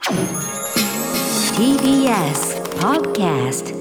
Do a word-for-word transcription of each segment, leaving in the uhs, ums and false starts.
ティービーエス Podcast。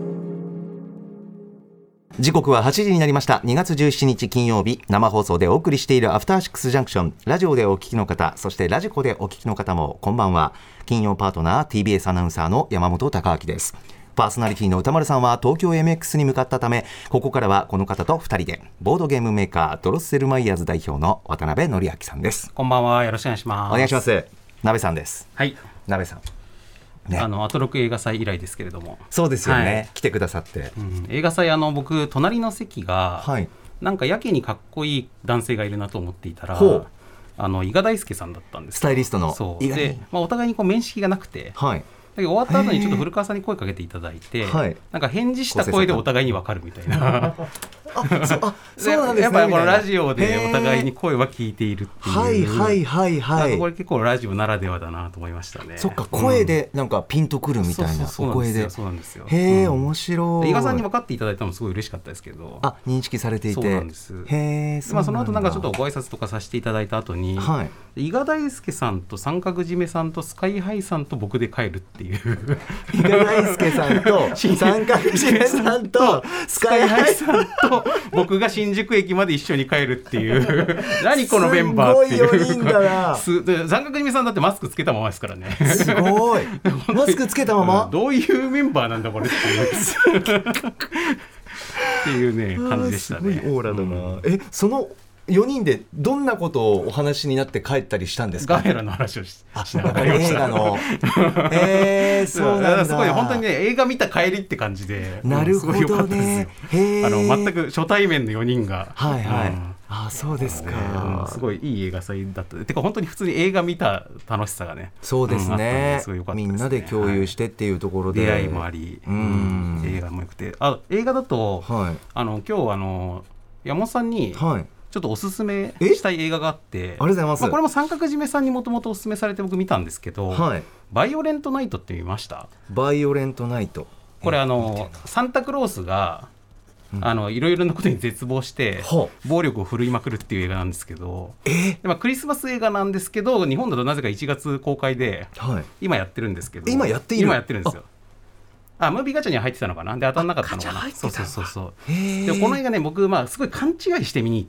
時刻ははちじになりました。にがつじゅうしちにち金曜日、生放送でお送りしているアフターシックスジャンクション。ラジオでお聞きの方、そしてラジコでお聞きの方もこんばんは。金曜パートナー ティービーエス アナウンサーの山本貴明です。パーソナリティの歌丸さんは東京 エムエックス に向かったため、ここからはこの方とふたりでボードゲームメーカードロッセルマイヤーズ代表の渡辺則明さんです。 こんばんは、よろしくお願いします。 お願いします。鍋さんです。 はい、 鍋さんね、 あのアトロク映画祭以来ですけれども。 そうですよね、 はい、 来てくださって、 うん、映画祭、あの僕隣の席が、はい、なんかやけにかっこいい男性がいるなと思っていたら、あの伊賀大輔さんだったんです。 スタイリストの。 そうで、まあ、お互いにこう面識がなくて、はい、だけど終わった後にちょっと古川さんに声かけていただいて、なんか返事した声でお互いに分かるみたいなあ、そあそうなんですね。 やっぱりこのラジオでお互いに声は聞いているっていう、 はいはいはいはい、 これ結構ラジオならではだなと思いましたね。 そっか、声でなんかピンとくるみたいな、お声で。 そうなんですよ。 へえ、面白い。 伊賀さんに分かっていただいたのもすごい嬉しかったですけど、 あ、認識されていて。 そうなんです。 へえ、 まあその後なんかちょっとご挨拶とかさせていただいた後に、はい、伊賀大輔さんと三角締めさんとスカイハイさんと僕で帰るっていう伊賀大輔さんと三角締めさんとスカイハイさんと僕が新宿駅まで一緒に帰るっていう何このメンバーっていう。 すごいよにんだな。 三角締めさんだってマスクつけたままですからね。 すごいマスクつけたまま、 うん、どういうメンバーなんだこれっていうっていうね感じでしたね。 すごいオーラだな、うん、えそのよにんでどんなことをお話になって帰ったりしたんですか。 ガメラの話を し, しながら映画のえー、そうなんだ。 すごい本当にね、映画見た帰りって感じで、 なるほどね、 すごい良かったですよ。へあの全く初対面のよにんが、はいはい、うん、 あ、そうですか、 ね、うん、すごいいい映画祭だった。てか本当に普通に映画見た楽しさがね。 そうですね、 うん、すごい良かったですね。 みんなで共有してっていうところで、 はい、出会いもあり、うん、映画も良くて、あ、映画だと、はい、あの今日あの山本さんに、はい、ちょっとおすすめしたい映画があって、ありがとうございます。 まあ、これも三角締めさんにもともとおすすめされて僕見たんですけど、はい、バイオレントナイトって見ました？ バイオレントナイト、 これあのサンタクロースが、うん、あのいろいろなことに絶望して暴力を振るいまくるっていう映画なんですけど、えーでまあ、クリスマス映画なんですけど日本だとなぜかいちがつ公開で、はい、今やってるんですけど、 今やっている今やってるんですよ。あ、ムービーガチャには入ってたのかな、で当たんなかったのかな。そうそうそうそう。でこの映画ね、僕、まあ、すごい勘違いして見に行って、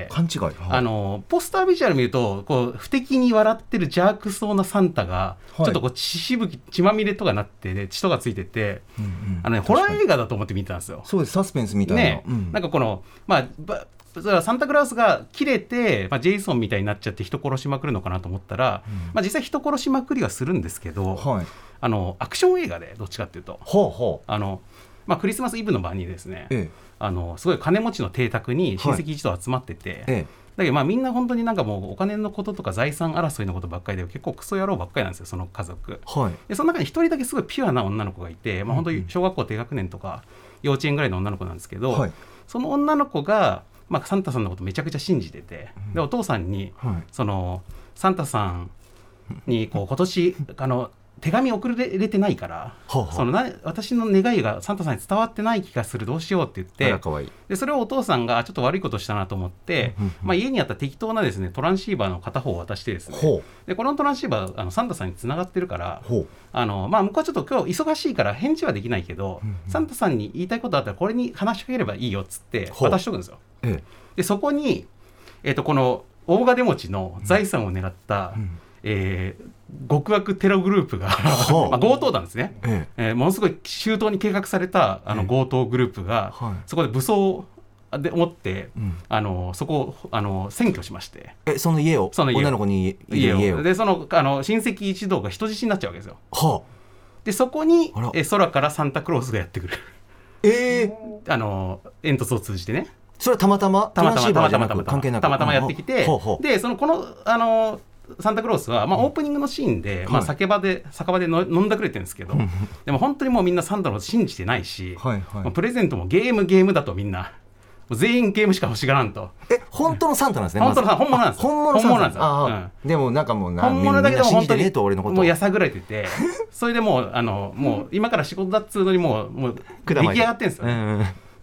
勘違い、はい、 あのポスタービジュアル見るとこう不敵に笑ってる邪悪そうなサンタが、はい、ちょっとこう血しぶき血まみれとかなってで血とかついてて、うんうん、あのね、ホラー映画だと思って見てたんですよ。 そうです、サスペンスみたいな、 ね、うん、なんかこのまあばサンタクラウスが切れて、まあ、ジェイソンみたいになっちゃって人殺しまくるのかなと思ったら、うん、まあ、実際人殺しまくりはするんですけど、はい、あのアクション映画でどっちかっていうと、ほうほう、あの、まあ、クリスマスイブの晩にですね、ええ、あのすごい金持ちの邸宅に親戚一同集まってて、はい、ええ、だけどまあみんな本当になんかもうお金のこととか財産争いのことばっかりで結構クソ野郎ばっかりなんですよ、その家族、はい、でその中に一人だけすごいピュアな女の子がいて、まあ、本当に小学校低学年とか幼稚園ぐらいの女の子なんですけど、はい、その女の子がまあ、サンタさんのことめちゃくちゃ信じてて、でお父さんに、はい、そのサンタさんにこう今年あの手紙送れてないからそのな私の願いがサンタさんに伝わってない気がする、どうしようって言って、かわいい。でそれをお父さんがちょっと悪いことしたなと思って、まあ、家にあった適当なですねトランシーバーの片方を渡してですね、でこのトランシーバーあのサンタさんにつながってるから、あの、まあ、向こうはちょっと今日忙しいから返事はできないけど、うんうん、サンタさんに言いたいことあったらこれに話しかければいいよっつって渡しとくんですよ。ええ、でそこに、えー、とこの大金持ちの財産を狙った、うん、えー、極悪テログループが、まあ、強盗団ですね、えええー、ものすごい周到に計画されたあの強盗グループが、ええ、そこで武装で思って、うん、あのそこをあの占拠しまして、 えその家を、その家を女の子に家を、家をでそのあの親戚一同が人質になっちゃうわけですよ。はあ、でそこにえ空からサンタクロースがやってくる、えー、あの煙突を通じてね。 それはたまたまたまたまたまたまたま関係なくたまたまやってきて、ほうほう、でそのこのあのサンタクロースは、まあ、オープニングのシーンで、うん、まあ、酒場で酒場での飲んだくれてるんですけどでも本当にもうみんなサンタのこと信じてないし、はいはい、まあ、プレゼントもゲームゲームだとみんな全員ゲームしか欲しがらんと。 え本当のサンタなんですね。 本当の本物なんです。 本物本物なんですよ。 あ、うん、でもなんかもうな本物だけど本当にもうやさぐられててそれでもうあのもう今から仕事だっつうのにもうもう出来上がってるんですよね。うん、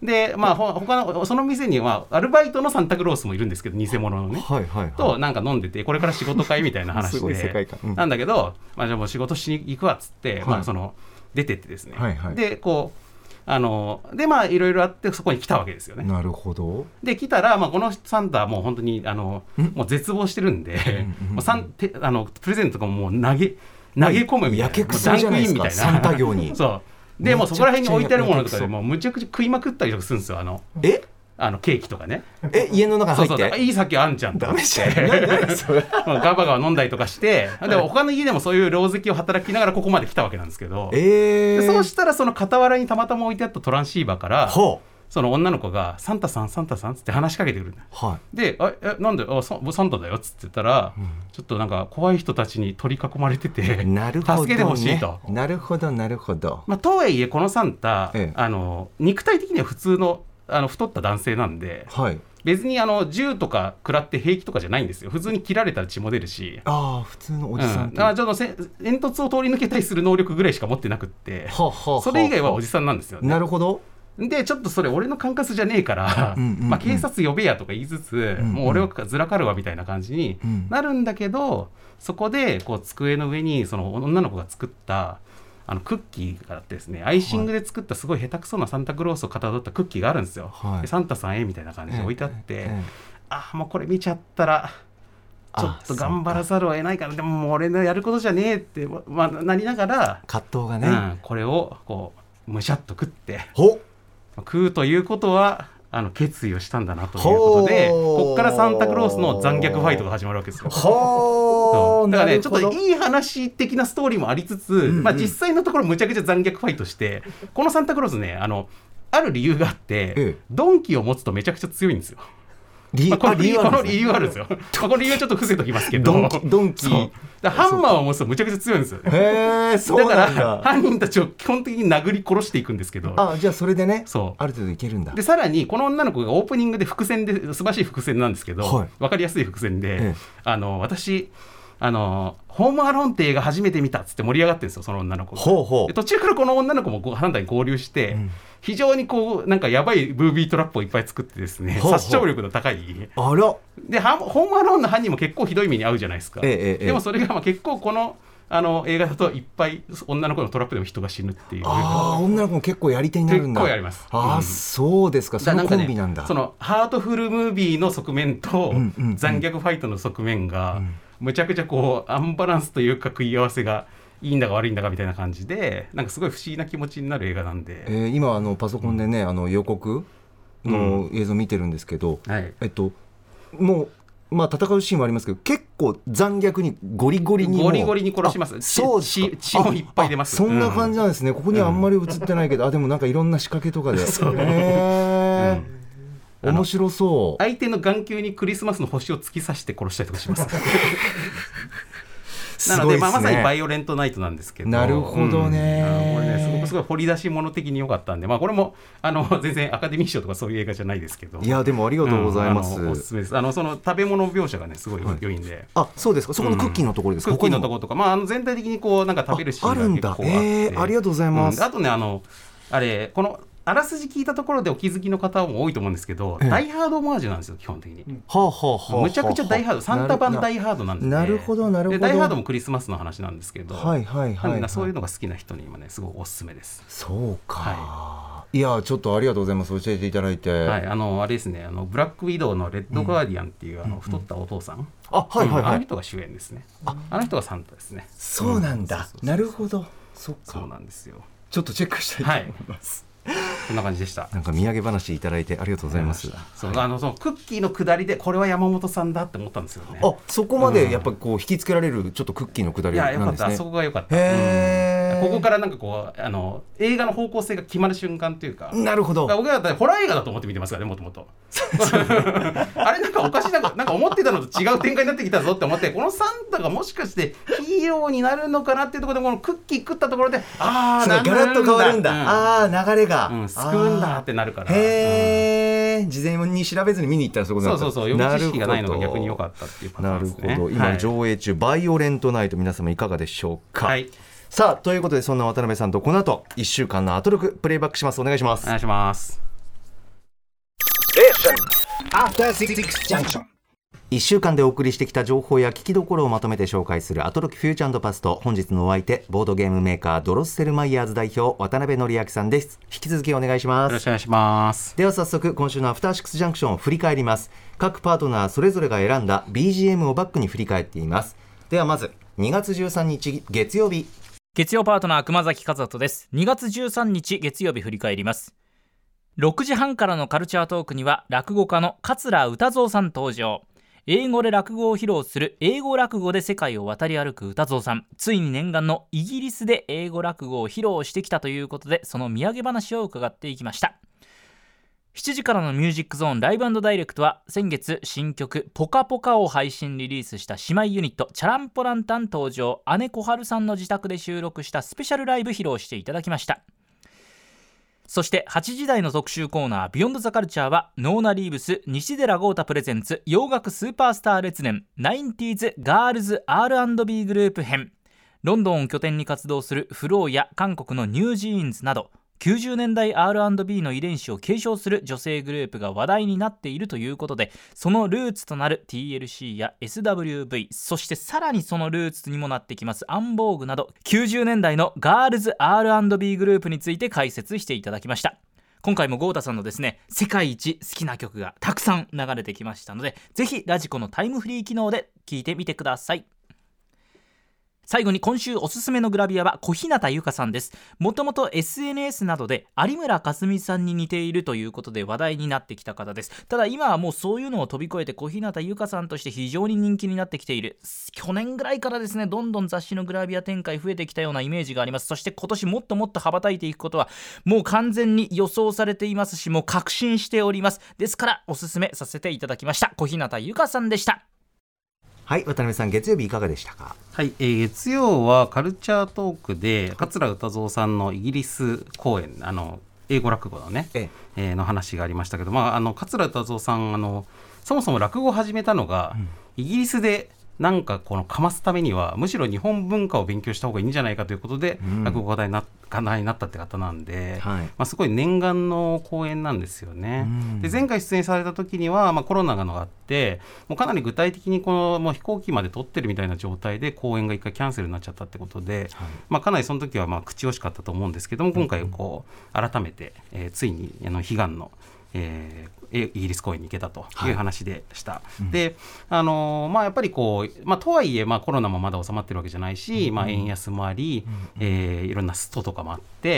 でまあほ他のその店にはアルバイトのサンタクロースもいるんですけど、偽物のね、 はいはいはい、 となんか飲んでて、これから仕事会みたいな話でうん、なんだけど、まあ、じゃあもう仕事しに行くわっつって、はい、まあ、その出てってですね、はいはい、でこうあのでまあいろいろあってそこに来たわけですよね。 なるほど。 で来たら、まあ、このサンタはもう本当にあのもう絶望してるんで、もうサンてあのプレゼントとかももう投げ投げ込むみたいな、 やけくそじゃないですか、サンタ業に。 そうでもうそこら辺に置いてあるものとかでもうむちゃくちゃ食いまくったりとかするんですよ。あのえあのケーキとかね。 え家の中に入って、そうそう、 いい酒あんじゃんとダメじゃんガバガバ飲んだりとかして、でも他の家でもそういう狼藉を働きながらここまで来たわけなんですけど、 えー、 でそうしたらその傍らにたまたま置いてあったトランシーバーからほうその女の子がサンタさんサンタさんっつって話しかけてくるんだ、 はい、 であえなんであサンタだよっつって言ったら、うん、ちょっとなんか怖い人たちに取り囲まれててなるほど、ね、 助けてほしいと。 なるほどなるほど、 まあ、とはいえこのサンタ、 ええ、 あの肉体的には普通のあの太った男性なんで、 はい、 別にあの銃とか食らって平気とかじゃないんですよ。普通に切られたら血も出るし、 あ普通のおじさん、 うん、あちょっとせ煙突を通り抜けたりする能力ぐらいしか持ってなくって、 はははそれ以外はおじさんなんですよね。 なるほど。 でちょっとそれ俺の管轄じゃねえから、うんうんうん、まあ、警察呼べやとか言いつつ、うんうん、もう俺をずらかるわみたいな感じになるんだけど、うん、そこでこう机の上にその女の子が作ったあのクッキーがあってですね、アイシングで作ったすごい下手くそなサンタクロースをかたどったクッキーがあるんですよ、はい、でサンタさんへみたいな感じで置いてあって、えええ、あもうこれ見ちゃったらちょっと頑張らざるを得ないから、でももう俺のやることじゃねえって、まあ、なりながら葛藤がね、 うん、これをこうむしゃっと食ってほ食うということはあの決意をしたんだなということで、ここからサンタクロースの残虐ファイトが始まるわけですよ。 ほだからねちょっといい話的なストーリーもありつつ、うんうん、まあ、実際のところむちゃくちゃ残虐ファイトして、このサンタクロースね あのある理由があって、ええ、鈍器を持つとめちゃくちゃ強いんですよ。まあ、この理由この理由あるんですよ。まあ、この理由はちょっと伏せときますけど、 ドンキハンマーを持つとむちゃくちゃ強いんですよ。 へそうなんだ。 だから犯人たちを基本的に殴り殺していくんですけど、 あじゃあそれでね、 そうある程度いけるんだ。 でさらにこの女の子がオープニングで伏線で素晴らしい伏線なんですけど、はい、分かりやすい伏線で、ええ、あの私あのホームアローンって映画初めて見たっつって盛り上がってるんですよ、その女の子が。 ほうほう。 で途中からこの女の子も判断に合流して、うん、非常にこうなんかやばいブービートラップをいっぱい作ってですね、ほうほう殺傷力の高いあらでホームアローンの犯人も結構ひどい目に遭うじゃないですか、 ええ、 でもそれがまあ結構このあの映画だといっぱい女の子のトラップでも人が死ぬっていう。 あ女の子も結構やり手になるんだ。 結構やります。 あ、うん、そうですか。そのコンビなんだ。 ね、そのハートフルムービーの側面と残虐ファイトの側面が、うんうんうん、むちゃくちゃこうアンバランスというか食い合わせがいいんだか悪いんだかみたいな感じで、なんかすごい不思議な気持ちになる映画なんで、 えー、今あのパソコンでね、うん、あの予告の映像見てるんですけど、うんはい、えっともうまあ、戦うシーンもありますけど結構残虐にゴリゴリにもゴリゴリに殺します。 そう血血もいっぱい出ます。 そんな感じなんですね、うん、ここにはあんまり映ってないけど、うん、あでもなんかいろんな仕掛けとかでへー、うん、面白そう。 相手の眼球にクリスマスの星を突き刺して殺したりとかしますなので、まあ、まさにバイオレントナイトなんですけど。 なるほどね、 うん、これねすごくすごい掘り出し物的に良かったんで、まあ、これもあの全然アカデミー賞とかそういう映画じゃないですけど、 いやでもありがとうございます、 うん、おすすめです。あのその食べ物描写がねすごい良いんで、はい、 あそうですか。そこのクッキーのところですか、 うん、クッキーのところとか、まあ、あの全体的にこうなんか食べるシーンが結構あって、 あるんだ、えー、ありがとうございます、 うん、あとねあのあれこのあらすじ聞いたところでお気づきの方も多いと思うんですけど、ええ、ダイハードオマージュなんですよ基本的に、 はあはあはあ、 むちゃくちゃダイハード、サンタ版ダイハードなんで、 なるほどなるほど。 でダイハードもクリスマスの話なんですけど、 はいはいはい、はい、 そういうのが好きな人に今ねすごいおすすめです。 そうか、 はい、 いやちょっとありがとうございます、教えていただいて。 はい、あのあれですね、あのブラックウィドウのレッドガーディアンっていう、うん、あの太ったお父さん、うん、 あはいはいはい、 あの人が主演ですね。あ, あの人がサンタですね。 そうなんだ、うん、なるほど。そっか、 そうなんですよ。 ちょっとチェックしたいと思います、はい、 こんな感じでした。 なんか土産話いただいてありがとうございます。 そう、あのそのクッキーの下りでこれは山本さんだって思ったんですよね。 あそこまでやっぱこう引きつけられるちょっとクッキーの下りなんですね。 いやよかった、そこがよかった。 へー、 うん、ここからなんかこうあの映画の方向性が決まる瞬間というか。 なるほど。 僕はだってホラー映画だと思って見てますからね、もともとあれなんかおかしいな、なんか思ってたのと違う展開になってきたぞって思って、このサンタがもしかしてヒーローになるのかなっていうところでこのクッキー食ったところでああガラッと変わるんだ、うん、ああ流れが、 うん、救うんだってなるから。 へー、うん、事前に調べずに見に行ったらそういうことなんですか。 そうそうそう、予知知識がないのが逆に良かったっていうパターンですね。 なるほど。今上映中、はい、バイオレントナイト、皆様いかがでしょうか。 はい、 さあということでそんな渡辺さんとこの後いっしゅうかんのアトロクプレイバックします。お願いします。 お願いします。 アフターシックスジャンクション。いっしゅうかんでお送りしてきた情報や聞きどころをまとめて紹介するアトロキフューチャー&パスト。本日のお相手、ボードゲームメーカードロッセルマイヤーズ代表渡辺則明さんです。引き続きお願いします。 よろしくお願いします。 では早速今週のアフターシックスジャンクションを振り返ります。各パートナーそれぞれが選んだ ビージーエム をバックに振り返っています。ではまずにがつじゅうさんにち月曜日、 月曜パートナー熊崎和人です。にがつじゅうさんにち月曜日振り返ります。ろくじはんからのカルチャートークには落語家の桂歌蔵さん登場。英語で落語を披露する英語落語で世界を渡り歩く歌蔵さん、ついに念願のイギリスで英語落語を披露してきたということで、その土産話を伺っていきました。しちじからのミュージックゾーンライブ&ダイレクトは先月新曲ポカポカを配信リリースした姉妹ユニットチャランポランタン登場。姉小春さんの自宅で収録したスペシャルライブ披露していただきました。そしてはちじ台の特集コーナービヨンドザカルチャーはノーナ・リーブス西寺豪太プレゼンツ洋楽スーパースター列伝 ナインティーズ ガールズ アールアンドビー グループ編。ロンドンを拠点に活動するフローや韓国のニュージーンズなどきゅうじゅうねんだい アールアンドビー の遺伝子を継承する女性グループが話題になっているということで、そのルーツとなる ティーエルシー や エスダブリューブイ、 そしてさらにそのルーツにもなってきますアンボーグなどきゅうじゅうねんだいのガールズ アールアンドビー グループについて解説していただきました。今回も豪太さんのですね世界一好きな曲がたくさん流れてきましたので、ぜひラジコのタイムフリー機能で聴いてみてください。最後に今週おすすめのグラビアは小日向由香さんです。もともと エスエヌエス などで有村架純さんに似ているということで話題になってきた方です。ただ今はもうそういうのを飛び越えて小日向由香さんとして非常に人気になってきている。去年ぐらいからですねどんどん雑誌のグラビア展開増えてきたようなイメージがあります。そして今年もっともっと羽ばたいていくことはもう完全に予想されていますし、もう確信しております。ですからおすすめさせていただきました。小日向由香さんでした。 はい、渡辺さん月曜日いかがでしたか？ はい、えー、月曜はカルチャートークで桂歌蔵さんのイギリス公演、あの英語落語のね、えええー、の話がありましたけど、まあ、あの桂歌蔵さんあのそもそも落語を始めたのが、うん、イギリスでなんかこのかますためにはむしろ日本文化を勉強した方がいいんじゃないかということで、うん、落語家になになったって方なんで、はい、まあ、すごい念願の公演なんですよね、うん、で前回出演された時には、まあ、コロナがあってもうかなり具体的にこのもう飛行機まで取ってるみたいな状態で公演が一回キャンセルになっちゃったってことで、はい、まあ、かなりその時はまあ口惜しかったと思うんですけども、今回こう改めて、えー、ついにあの悲願のえー、イギリス公演に行けたという話でした、はい、で、あのーまあ、やっぱりこう、まあ、とはいえ、まあ、コロナもまだ収まってるわけじゃないし、うん、まあ、円安もあり、うんえー、いろんなストとかもあって、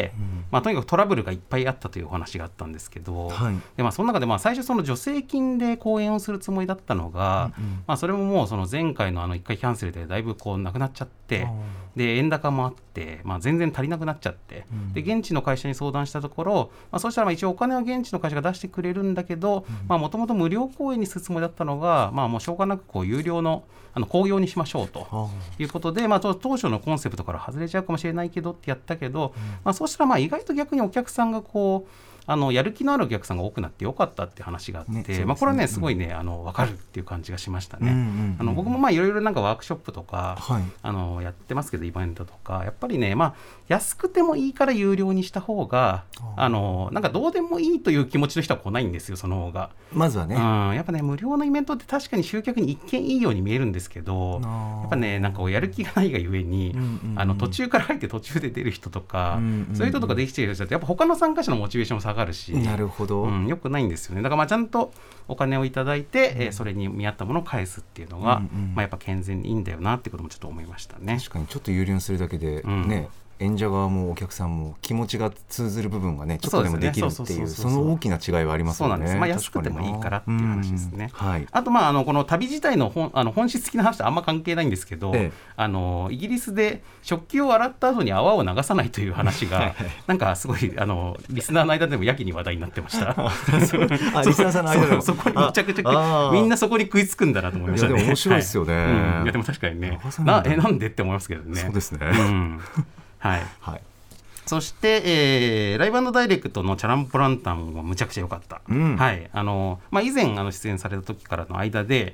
うんまあ、とにかくトラブルがいっぱいあったというお話があったんですけど、はいでまあ、その中でまあ最初その助成金で公演をするつもりだったのが、うんうんまあ、それももうその前回のあのいっかいキャンセルでだいぶこうなくなっちゃってで円高もあって、まあ、全然足りなくなっちゃって、うん、で現地の会社に相談したところ、まあ、そうしたらまあ一応お金は現地の会社が出してくれるんだけどもともと無料公演にするつもりだったのが、まあ、もうしょうがなくこう有料のあの興行にしましょうということで、まあ、当初のコンセプトから外れちゃうかもしれないけどってやったけど、うんまあ、そうしたらまあ意外と逆にお客さんがこうあのやる気のあるお客さんが多くなってよかったっていう話があって、ねねまあ、これはねすごいね、うん、あの分かるっていう感じがしましたね、うんうんうん、あの僕もまあいろいろなんかワークショップとか、はい、あのやってますけどイベントとかやっぱりね、まあ、安くてもいいから有料にした方があのなんかどうでもいいという気持ちの人は来ないんですよ、その方がまずはね、 うん、やっぱね無料のイベントって確かに集客に一見いいように見えるんですけどやっぱねなんかやる気がないがゆえに、うんうんうん、あの途中から入って途中で出る人とか、うんうんうん、そういう人とかできている人ってやっぱ他の参加者のモチベーションも下がるし、 なるほど、 うん、よくないんですよね。だからまあちゃんとお金をいただいて、うんえー、それに見合ったものを返すっていうのが、うんうんまあ、やっぱ健全にいいんだよなってこともちょっと思いましたね。 確かにちょっと有料にするだけで、うんね演者側もお客さんも気持ちが通ずる部分がねちょっとでもできるっていうその大きな違いはありますよね。 そうなんです、まあ、安くてもいいからっていう話ですね、はい、あとまああのこの旅自体の 本, あの本質的な話とあんま関係ないんですけど、ええ、あのイギリスで食器を洗った後に泡を流さないという話がなんかすごいあのリスナーの間でもやけに話題になってましたあリスナーさんの間でも そ, そこにめちゃくちゃみんなそこに食いつくんだなと思いましたね。 いやでも面白いですよね、はいうん、いやでも確かにねな, えなんでって思いますけどね。 そうですね、 うんはいはい、そして、えー、ライブ&ダイレクトのチャランポランタンもむちゃくちゃ良かった、うんはいあのまあ、以前あの出演された時からの間で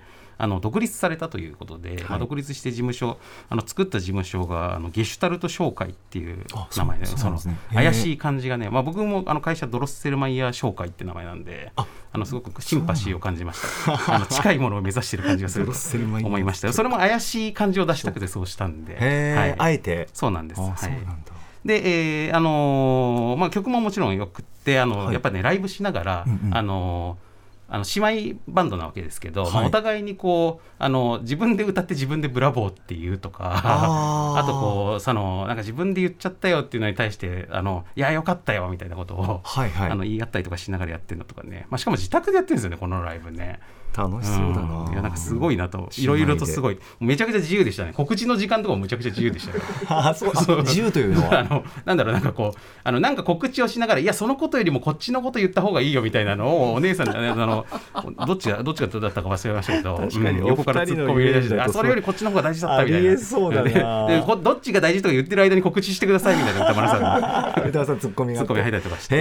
あの独立されたということで、はい、まあ、独立して事務所あの作った事務所があのゲシュタルト商会っていう名前で、その怪しい感じがね、まあ、僕もあの会社ドロッセルマイヤー商会って名前なんで、ああのすごくシンパシーを感じましたあの近いものを目指している感じがすると思いましたよ。それも怪しい感じを出したくてそうしたんで、 はい、あえてそうなんです。 あ、そうなんだ。 で、えーあのーまあ、曲ももちろんよくってあの、はい、やっぱりねライブしながら、うんうん、あのーあの姉妹バンドなわけですけど、はい、まあ、お互いにこうあの自分で歌って自分でブラボーっていうとか あ, あとこうそのなんか自分で言っちゃったよっていうのに対してあのいやよかったよみたいなことを、はいはい、あの言い合ったりとかしながらやってるのとかね、まあ、しかも自宅でやってるんですよねこのライブね。 楽しそうだな、 うん、いやなんかすごいなといろいろとすごいめちゃくちゃ自由でしたね。告知の時間とかもめちゃくちゃ自由でしたよあそうそう自由というのはあのなんだろうなんかこうあのなんか告知をしながらいやそのことよりもこっちのこと言った方がいいよみたいなのをお姉さんあのどっちがどっちがだったか忘れましたけど、うん、横から突っ込み入れ出してあそれよりこっちの方が大事だったみたいな。ありえそうだなででどっちが大事とか言ってる間に告知してくださいみたいな歌丸さんが歌丸さんツッコミがツッコミ入ったりとかして、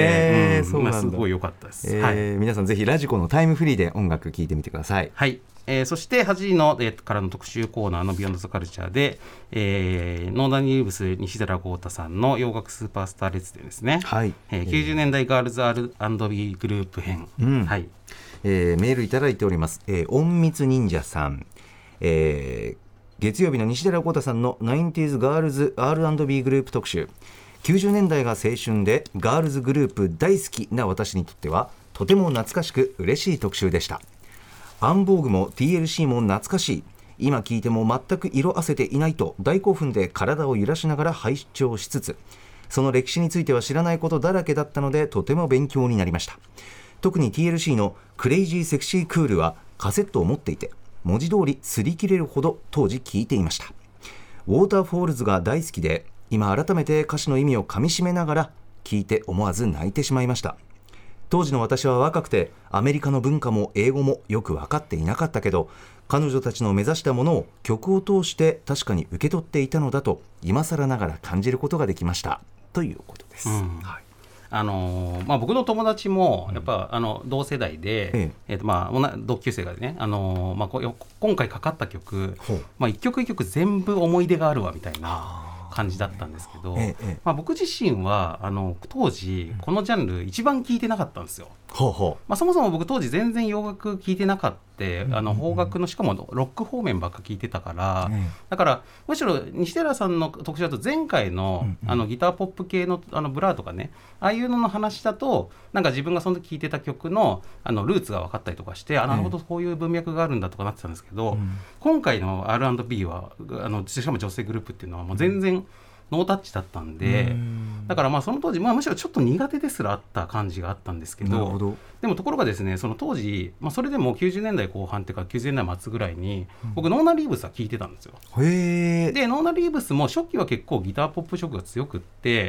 うん、まあ、すごい良かったです、 えーはい、皆さんぜひラジコのタイムフリーで音楽聴いてみてください。 はい、えー、そしてはちじの、えー、からの特集コーナーのビヨンドザカルチャーで、えー、ノーダニーブス西寺豪太さんの洋楽スーパースター列伝ですね、はい、えー、きゅうじゅうねんだいガールズ アールアンドビー グループ編、うん、はい、 えー、メールいただいております、えー、隠密忍者さん、えー、月曜日の西寺豪太さんの ナインティーズ ガールズ アールアンドビー グループ特集。きゅうじゅうねんだいが青春でガールズグループ大好きな私にとってはとても懐かしく嬉しい特集でした。アンボーグも ティーエルシー も懐かしい、今聞いても全く色あせていないと大興奮で体を揺らしながら拝聴しつつ、その歴史については知らないことだらけだったのでとても勉強になりました。特に ティーエルシー のクレイジーセクシークールはカセットを持っていて文字通り擦り切れるほど当時聞いていました。ウォーターフォールズが大好きで今改めて歌詞の意味をかみしめながら聞いて思わず泣いてしまいました。当時の私は若くてアメリカの文化も英語もよく分かっていなかったけど、彼女たちの目指したものを曲を通して確かに受け取っていたのだと今更ながら感じることができましたということです、うん、はい、 あのーまあ、僕の友達もやっぱ、うん、あの同世代で、えええーとまあ、同級生がね、あのーまあ、今回かかった曲、まあ、一曲一曲全部思い出があるわみたいな感じだったんですけど、ええ、まあ、僕自身はあの当時このジャンル一番聴いてなかったんですよ。ほうほう、まあ、そもそも僕当時全然洋楽聴いてなかった、あの邦楽のしかもロック方面ばっか聴いてたから、うん、だからむしろ西寺さんの特集だと前回 の,、うんうん、あのギターポップ系 の, あのブラーとかね、ああいうのの話だとなんか自分がその時聴いてた曲 の, あのルーツが分かったりとかして、あなるほどこういう文脈があるんだとかなってたんですけど、うん、今回の アールアンドビー はあのしかも女性グループっていうのはもう全然ノータッチだったんで、んだからまあその当時、まあ、むしろちょっと苦手ですらあった感じがあったんですけ ど, どでもところがですね、その当時、まあ、それでもきゅうじゅうねんだいこう半っていうかきゅうじゅうねんだい末ぐらいに、うん、僕ノーナ・リーブスは聴いてたんですよ。へー。でノーナ・リーブスも初期は結構ギターポップ色が強くって、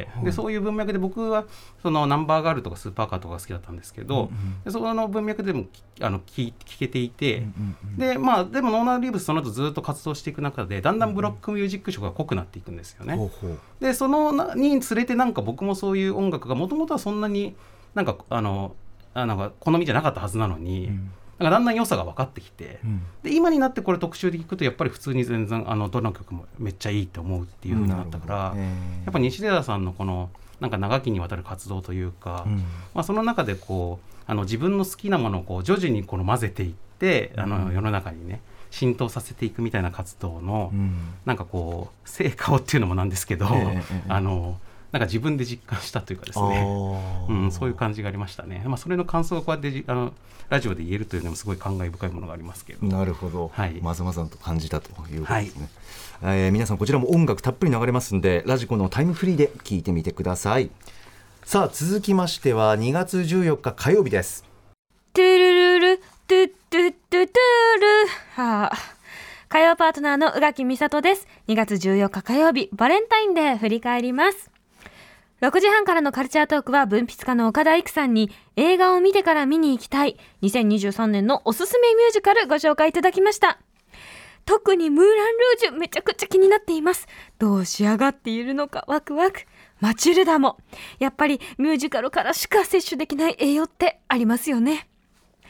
うん、でそういう文脈で僕はそのナンバーガールとかスーパーカーとかが好きだったんですけど、うんうん、でその文脈でもあの聴けていて、うんうんうん、でまあでもノーナ・リーブスその後ずっと活動していく中でだんだんブロックミュージック色が濃くなっていくんですよね、うんうん、でそのにつれてなんか僕もそういう音楽がもともとはそんなになんかあのあなんか好みじゃなかったはずなのに、うん、なんかだんだん良さが分かってきて、うん、で今になってこれ特集で聞くとやっぱり普通に全然あのどの曲もめっちゃいいって思うっていう風になったから、うん、やっぱ西寺さんのこのなんか長きにわたる活動というか、うんまあ、その中でこうあの自分の好きなものをこう徐々にこの混ぜていって、うん、あの世の中にね浸透させていくみたいな活動の、うん、なんかこう成果をっていうのもなんですけど、えーえー、あのなんか自分で実感したというかですね、うん、そういう感じがありましたね。まあ、それの感想がこうやってあのラジオで言えるというのもすごい感慨深いものがありますけど。 なるほど、はい、まざまざと感じたということですね、はいえー、皆さんこちらも音楽たっぷり流れますんでラジコのタイムフリーで聴いてみてください。さあ続きましてはにがつじゅうよっか火曜日です。 トゥルルルトゥトゥトゥトゥル、はあ、火曜パートナーの宇垣美里です。にがつじゅうよっか火曜日バレンタインデー振り返ります。ろくじはんからのカルチャートークは文筆家の岡田育さんに映画を見てから見に行きたいにせんにじゅうさんねんのおすすめミュージカルご紹介いただきました。特にムーラン・ルージュめちゃくちゃ気になっています。どう仕上がっているのかワクワク。マチルダもやっぱりミュージカルからしか摂取できない栄養ってありますよね。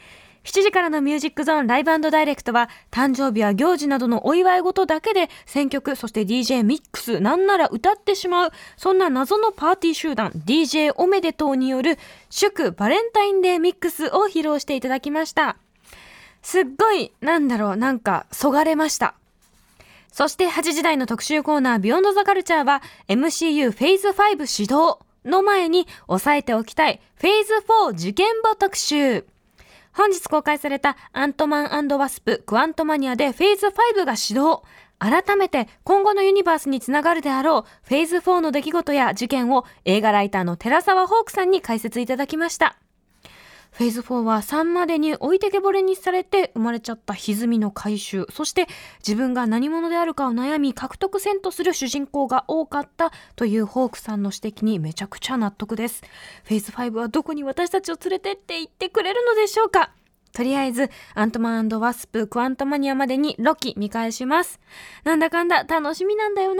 しちじからのミュージックゾーンライブ&ダイレクトは誕生日や行事などのお祝い事だけで選曲、そして ディージェー ミックス、なんなら歌ってしまう、そんな謎のパーティー集団 ディージェー おめでとうによる祝バレンタインデーミックスを披露していただきました。すっごいなんだろうなんかそがれました。そしてはちじ台の特集コーナービヨンドザカルチャーは エムシーユー フェーズファイブ始動の前に押さえておきたいフェーズフォー受験簿特集。本日公開されたアントマン&ワスプクアントマニアでフェーズファイブが始動。改めて今後のユニバースにつながるであろうフェーズフォーの出来事や事件を映画ライターの寺澤ホークさんに解説いただきました。フェーズフォーはさんまでに置いてけぼれにされて生まれちゃった歪みの回収、そして自分が何者であるかを悩み獲得せんとする主人公が多かったというホークさんの指摘にめちゃくちゃ納得です。フェーズファイブはどこに私たちを連れてって言ってくれるのでしょうか。とりあえずアントマン&ワスプクアントマニアまでにろき見返します。なんだかんだ楽しみなんだよな。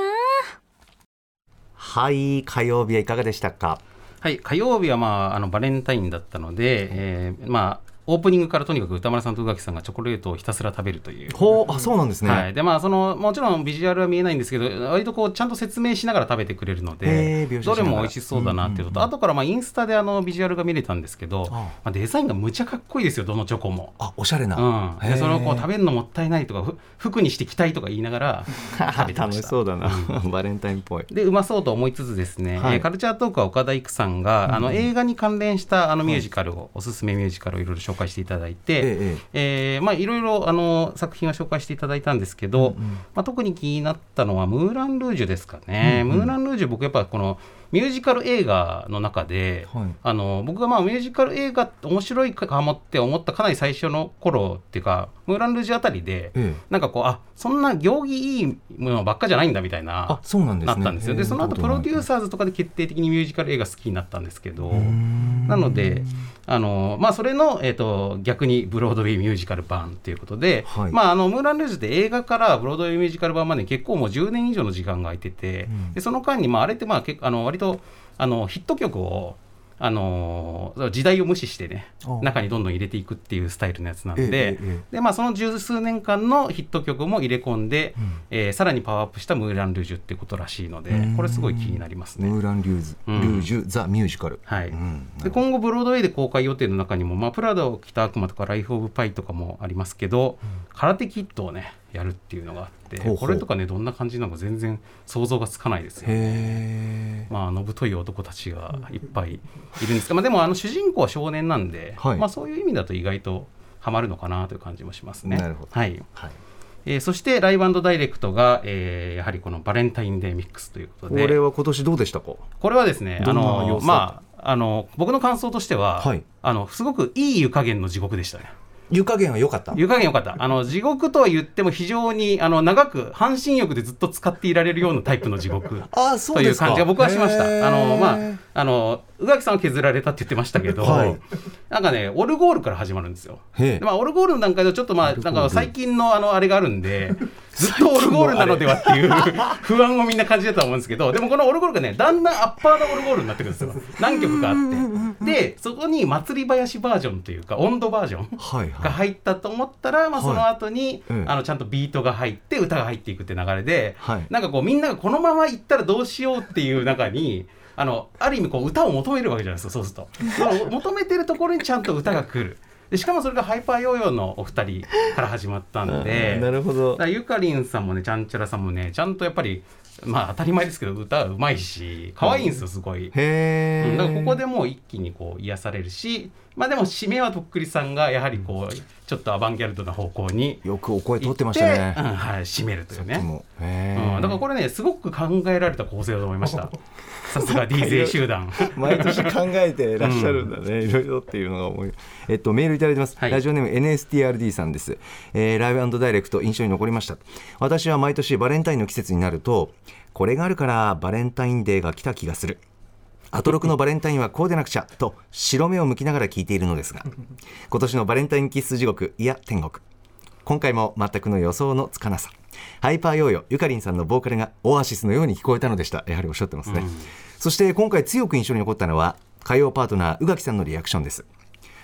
はい、火曜日はいかがでしたか。 はい、火曜日は、まあ、あのバレンタインだったので、えー、まあオープニングからとにかく歌丸さんと宇垣さんがチョコレートをひたすら食べるという。 ほう、あ、そうなんですね。 はい、でまあそのもちろんビジュアルは見えないんですけど、割とこうちゃんと説明しながら食べてくれるので、どれも美味しそうだなっていうのと、うんうんうん、後からまあインスタであのビジュアルが見れたんですけど、ああ、まあ、デザインがむちゃかっこいいですよ、どのチョコも。 あ、おしゃれな。 うん、でそれをこう食べるのもったいないとか、服にしてきたいとか言いながら食べてました。 楽しそうだな、うん、バレンタインっぽい。でうまそうと思いつつですね、はい、えー、カルチャートークは岡田育さんが、うん、あの映画に関連したあのミュージカルを、はい、おすすめミュージカルをいろいろ紹介していただいて、えええーまあ、いろいろあの作品は紹介していただいたんですけど、うんうん、まあ、特に気になったのはムーラン・ルージュですかね、うんうん、ムーラン・ルージュ、僕やっぱこのミュージカル映画の中で、はい、あの僕がまあミュージカル映画って面白いかもって思ったかなり最初の頃っていうか、ムーラン・ルージュあたりで、ええ、なんかこう、あ、そんな行儀いいものばっかじゃないんだみたいな、 あ、そうなんですね、 なったんですよ。でその後プロデューサーズとかで決定的にミュージカル映画好きになったんですけど、なのであの、まあ、それの、えーと、逆にブロードウェイミュージカル版ということで、はい、まあ、あのムーラン・ルージュって映画からブロードウェイミュージカル版まで結構もうじゅうねん以上の時間が空いてて、うん、でその間に、まあ、あれってまあ結構あの割とあのヒット曲をあのー、時代を無視してね、中にどんどん入れていくっていうスタイルのやつなんで、ええええ、でまあ、その十数年間のヒット曲も入れ込んで、うん、えー、さらにパワーアップしたムーラン・ルージュってことらしいので、これすごい気になりますね。 ムーラン・ルーズ、うん、ルージュザ・ミュージカル、 はい、うん、で今後ブロードウェイで公開予定の中にも、まあ、プラダを着た悪魔とかライフ・オブ・パイとかもありますけど、うん、空手キッドをねやるっていうのがあって、ほうほう、これとかねどんな感じなのか全然想像がつかないですよね。まあ、のぶとい男たちがいっぱいいるんですが、まあ、でもあの主人公は少年なんで、はい、まあ、そういう意味だと意外とハマるのかなという感じもしますね。 なるほど、 はいはい、えー、そしてライブ&ダイレクトが、えー、やはりこのバレンタインデーミックスということで、 これは今年どうでしたか。 これはですね、あの、まあ、あの僕の感想としては、はい、あのすごくいい湯加減の地獄でしたね。 湯加減は良かった。 湯加減良かった。あの地獄とは言っても非常にあの長く半身浴でずっと使っていられるようなタイプの地獄あ、そうですか、 という感じが僕はしました。あの、まあ、あの宇垣さんは削られたって言ってましたけど、はい、なんかねオルゴールから始まるんですよ。で、まあ、オルゴールの段階でちょっと、まあ、なんか最近の あのあれがあるんでずっとオルゴールなのではっていう不安をみんな感じてたと思うんですけど、でもこのオルゴールがねだんだんアッパーなオルゴールになってくるんですよ。何曲かあって、でそこに祭り林バージョンというか温度バージョンが入ったと思ったら、はいはい、まあ、その後に、はい、あのちゃんとビートが入って歌が入っていくって流れで、はい、なんかこうみんながこのままいったらどうしようっていう中にあのある意味こう歌を求めるわけじゃないですか。そうするとその求めてるところにちゃんと歌が来る。でしかもそれがハイパーヨーヨーのお二人から始まったんでなるほど。だからゆかりんさんもねちゃんちゃらさんもねちゃんとやっぱりまあ当たり前ですけど歌はうまいし可愛いんですよすごい。 へー、 うん、だからここでもう一気にこう癒されるし、まあでも締めはとっくりさんがやはりこうちょっとアバンギャルドな方向によくお声取ってましたね、 うん、はい、締めるというね。 へー、 うん、だからこれねすごく考えられた構成だと思いました。さすが ディージェー 集団毎年考えてらっしゃるんだね、うん、いろいろっていうのが思い、えっと、メールいただいてます、はい、ラジオネーム エヌエスティーアールディー さんです、えー、ライブ&ダイレクト印象に残りました。私は毎年バレンタインの季節になるとこれがあるからバレンタインデーが来た気がする、アトロクのバレンタインはこうでなくちゃと白目を向きながら聞いているのですが、今年のバレンタインキッス地獄、いや天国、今回も全くの予想のつかなさ、ハイパーヨーヨーゆかりんさんのボーカルがオアシスのように聞こえたのでした。やはりおっしゃってますね、うん、そして今回強く印象に残ったのは火曜パートナー宇垣さんのリアクションです。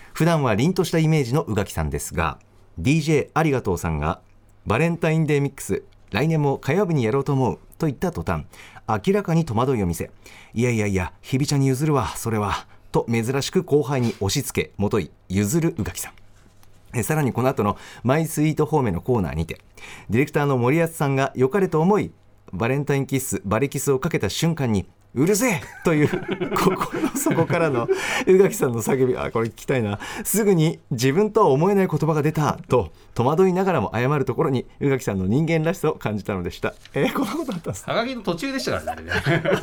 普段は凛としたイメージの宇垣さんですが、 ディージェー ありがとうさんがバレンタインデーミックス来年も火曜日にやろうと思うと言った途端、明らかに戸惑いを見せ、いやいやいや日比ちゃんに譲るわそれはと珍しく後輩に押し付けもとい譲る宇垣さん。えさらにこの後のマイスイート方面のコーナーにて、ディレクターの森保さんが良かれと思いバレンタインキッスバレキスをかけた瞬間に、うるせえという心の底からの宇垣さんの叫び、あこれ聞きたいな。すぐに自分とは思えない言葉が出たと戸惑いながらも謝るところに宇垣さんの人間らしさを感じたのでした。えー、こんなことあったんですか。 はがきの途中でしたからね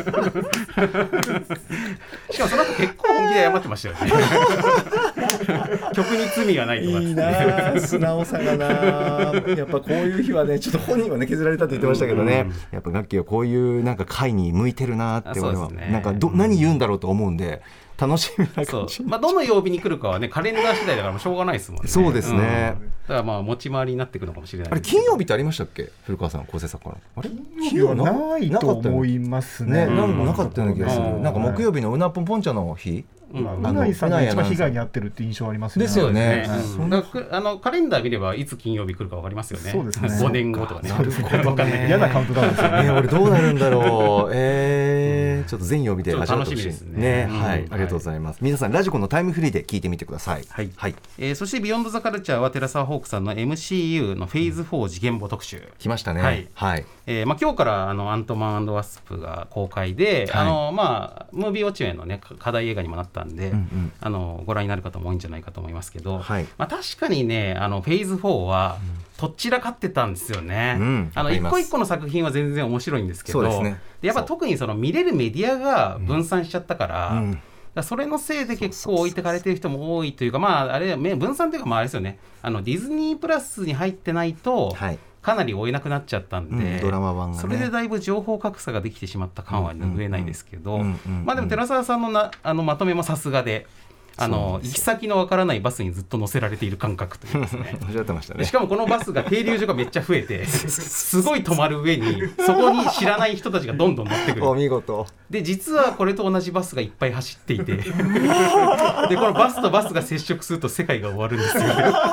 しかもその後結構本気で謝ってましたよね曲に罪はないとかいいな素直さがなやっぱこういう日はね、ちょっと本人はね削られたって言ってましたけどね、うん、やっぱガッキーはこういうなんか会に向いてるなって俺は、ね、なんかど何言うんだろうと思うんで楽しみな感じ。 まあ、どの曜日に来るかはねカレンダー次第だからもうしょうがないですもんね。 そうですね、 うん、だからまあ持ち回りになっていくのかもしれない。 あれ金曜日ってありましたっけ、古川さん構成作家の。あれ金曜日はないと思いますね。 ね、なんかなかったような気がする、うん、なんか木曜日のうなぽんぽん茶の日、 うないさんが一番被害に遭ってるって印象ありますね。 ですよね、 うん、だからあのカレンダー見ればいつ金曜日来るか分かりますよね。 そうですねごねんごとかね。 なるほどね嫌なカウントダウンですよね。 俺どうなるんだろうえー、ちょっと全曜日で味わってほしい楽しみですね、 ね、はい、ありがとうございます、はい、皆さんラジコのタイムフリーで聞いてみてください。 はい、はい、えー、そしてビヨンドザカルチャーは寺澤ホークさんの エムシーユー のフェーズフォー次元簿特集来ましたね。 はい、 はい、 えーまあ、今日からあのアントマン&ワスプが公開で、はい、あのまあ、ムービーウォッチメンの、ね、課題映画にもなったんで、うんうん、あのご覧になる方も多いんじゃないかと思いますけど、はい、まあ、確かにねあのフェーズフォーは、うんとっちらかってたんですよね、うん、あの一個一個の作品は全然面白いんですけど、そうですね、でやっぱ特にその見れるメディアが分散しちゃったから、うんうん、だからそれのせいで結構置いてかれてる人も多いというか、まああれ分散というか、まああれですよね、あのディズニープラスに入ってないと、はい、かなり追えなくなっちゃったんで、 うん、ドラマ版がね、 それでだいぶ情報格差ができてしまった感は拭えないですけど、まあでも寺澤さんのなあのまとめもさすがで、あの行き先のわからないバスにずっと乗せられている感覚というですねおっしゃってましたね。 しかもこのバスが停留所がめっちゃ増えてすごい止まる上にそこに知らない人たちがどんどん乗ってくる。 お見事で実はこれと同じバスがいっぱい走っていてでこのバスとバスが接触すると世界が終わるんですよ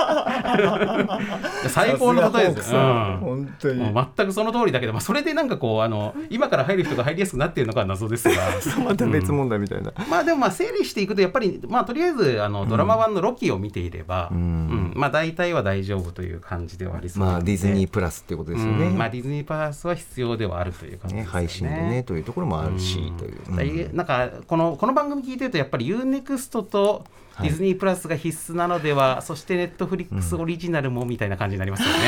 最高の例えですよ、うん、本当にもう全くその通りだけど、まあ、それでなんかこうあの今から入る人が入りやすくなっているのかは謎ですがまた別問題みたいな、 うん、まあでもまあ整理していくとやっぱり、まあ、とりあえずあのドラマ版のロキを見ていれば、うんうん、まあ大体は大丈夫という感じではありそうなので、 まあ、ディズニープラスっていうことですよね、 うん、まあ、ディズニープラスは必要ではあるという感じですよね、 配信でねというところもあるし、うん、という、 うん、なんかこの、この番組聞いてるとやっぱり ユーネクスト とディズニープラスが必須なのでは、はい、そしてネットフリックスオリジナルもみたいな感じになりますよね、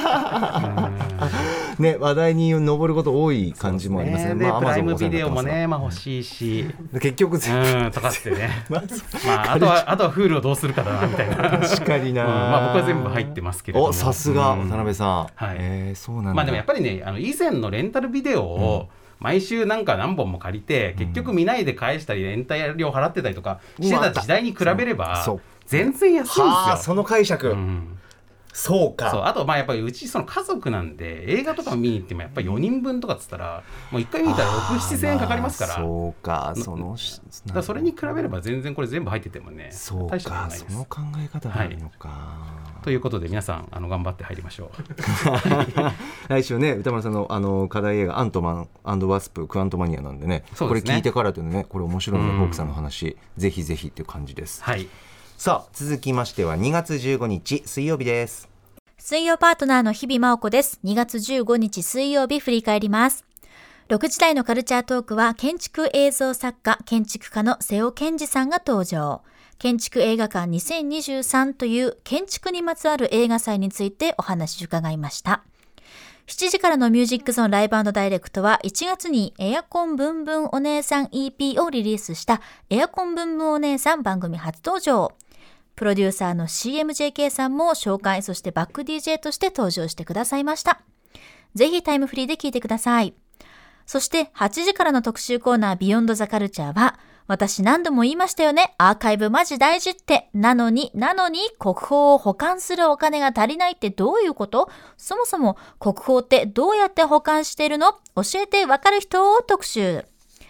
うん、ね話題に上ること多い感じもありますね。 で、まあ、プライムビデオもね、まあ、欲しいし結局うんとかってねまあ、あとはあとは Hulu をどうするかだなみたいな確かにな、 うん、まあ、僕は全部入ってますけれども、 おさすが渡辺さん、 はい、 えー、そうなんだ。 まあでもやっぱりね、あの以前のレンタルビデオを、うん、毎週なんか何本も借りて結局見ないで返したりレンタル料払ってたりとかしてた時代に比べれば全然安いんですよ。 はあ、その解釈、うん、そうか。 そう、あとまあやっぱりうちその家族なんで映画とか見に行ってもやっぱりよにんぶんとかっつったらもういっかい見たらろく、ななせんえんかかりますから、 そうか、そのだからそれに比べれば全然これ全部入っててもね、 そうか、大したことないです。その考え方があるのか、はい、 ということで皆さんあの頑張って入りましょう来週ね歌丸さんのあの課題映画アントマン&ワスプクアントマニアなんでね、これ聞いてからというね、これ面白いのでフォークさんの話ぜひぜひっていう感じです、 はい、 さあ続きましてはにがつじゅうごにち水曜日です。 水曜パートナーの日々真央子です。にがつじゅうごにち水曜日振り返ります。ろくじ台のカルチャートークは建築映像作家建築家の瀬尾健二さんが登場。建築映画館にせんにじゅうさんという建築にまつわる映画祭についてお話を伺いました。しちじからのミュージックゾーンライブ&ダイレクトはいちがつにエアコンブンブンお姉さん イーピー をリリースしたエアコンブンブンお姉さん番組初登場。プロデューサーの シーエムジェーケー さんも紹介、そしてバック ディージェー として登場してくださいました。ぜひタイムフリーで聞いてください。そしてはちじからの特集コーナービヨンドザカルチャーは、私何度も言いましたよね、アーカイブマジ大事って。なのに、なのに国宝を保管するお金が足りないってどういうこと？そもそも国宝ってどうやって保管しているの？教えてわかる人を特集。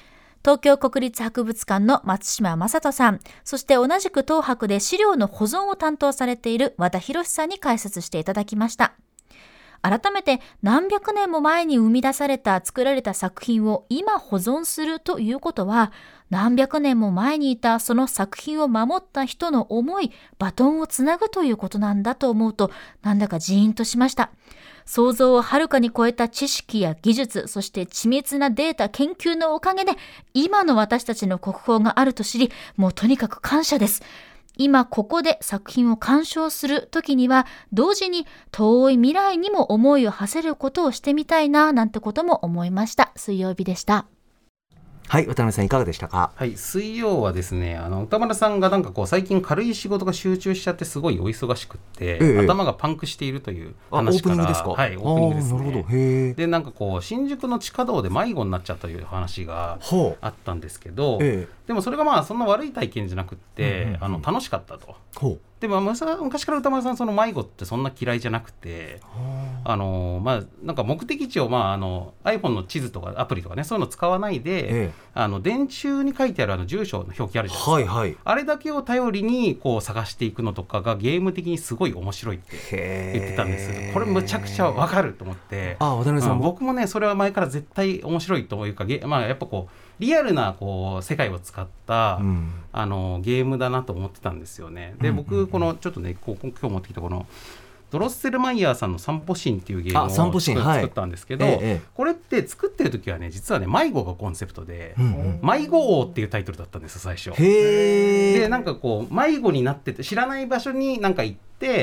東京国立博物館の松島正人さん、そして同じく東博で資料の保存を担当されている和田博さんに解説していただきました。改めて何百年も前に生み出された作られた作品を今保存するということは、何百年も前にいたその作品を守った人の思い、バトンをつなぐということなんだと思うと、なんだかジーンとしました。想像をはるかに超えた知識や技術、そして緻密なデータ研究のおかげで今の私たちの国宝があると知り、もうとにかく感謝です。今ここで作品を鑑賞するときには、同時に遠い未来にも思いを馳せることをしてみたいな、なんてことも思いました。水曜日でした。 はい、渡辺さんいかがでしたか。 はい、水曜はですね、あの歌丸さんがなんかこう最近軽い仕事が集中しちゃってすごいお忙しくって、ええ、頭がパンクしているという話から、 オープニングですか。 はい、オープニングですね。 なるほど。へでなんかこう新宿の地下道で迷子になっちゃったという話があったんですけど、ええ、でもそれがまあそんな悪い体験じゃなくって、うんうんうん、あの楽しかったと。ほう。でも昔から歌丸さんその迷子ってそんな嫌いじゃなくて、あのまあなんか目的地を、まあ、あの iPhone の地図とかアプリとかね、そういうの使わないで、ええ、あの電柱に書いてあるあの住所の表記あるじゃないですか、はいはい、あれだけを頼りにこう探していくのとかがゲーム的にすごい面白いって言ってたんです。これむちゃくちゃわかると思って、 あ、渡辺さん、うん、 僕もねそれは前から絶対面白いというか、まあ、やっぱこうリアルなこう世界を使った、うん、あのゲームだなと思ってたんですよね。で、僕このちょっとねこう今日持ってきたこのドロッセルマイヤーさんの散歩神っていうゲームを作, 作ったんですけど、はいええ、これって作ってる時はね実はね迷子がコンセプトで、うんうん、迷子王っていうタイトルだったんです最初。へー。でなんかこう迷子になってて知らない場所になんか行って、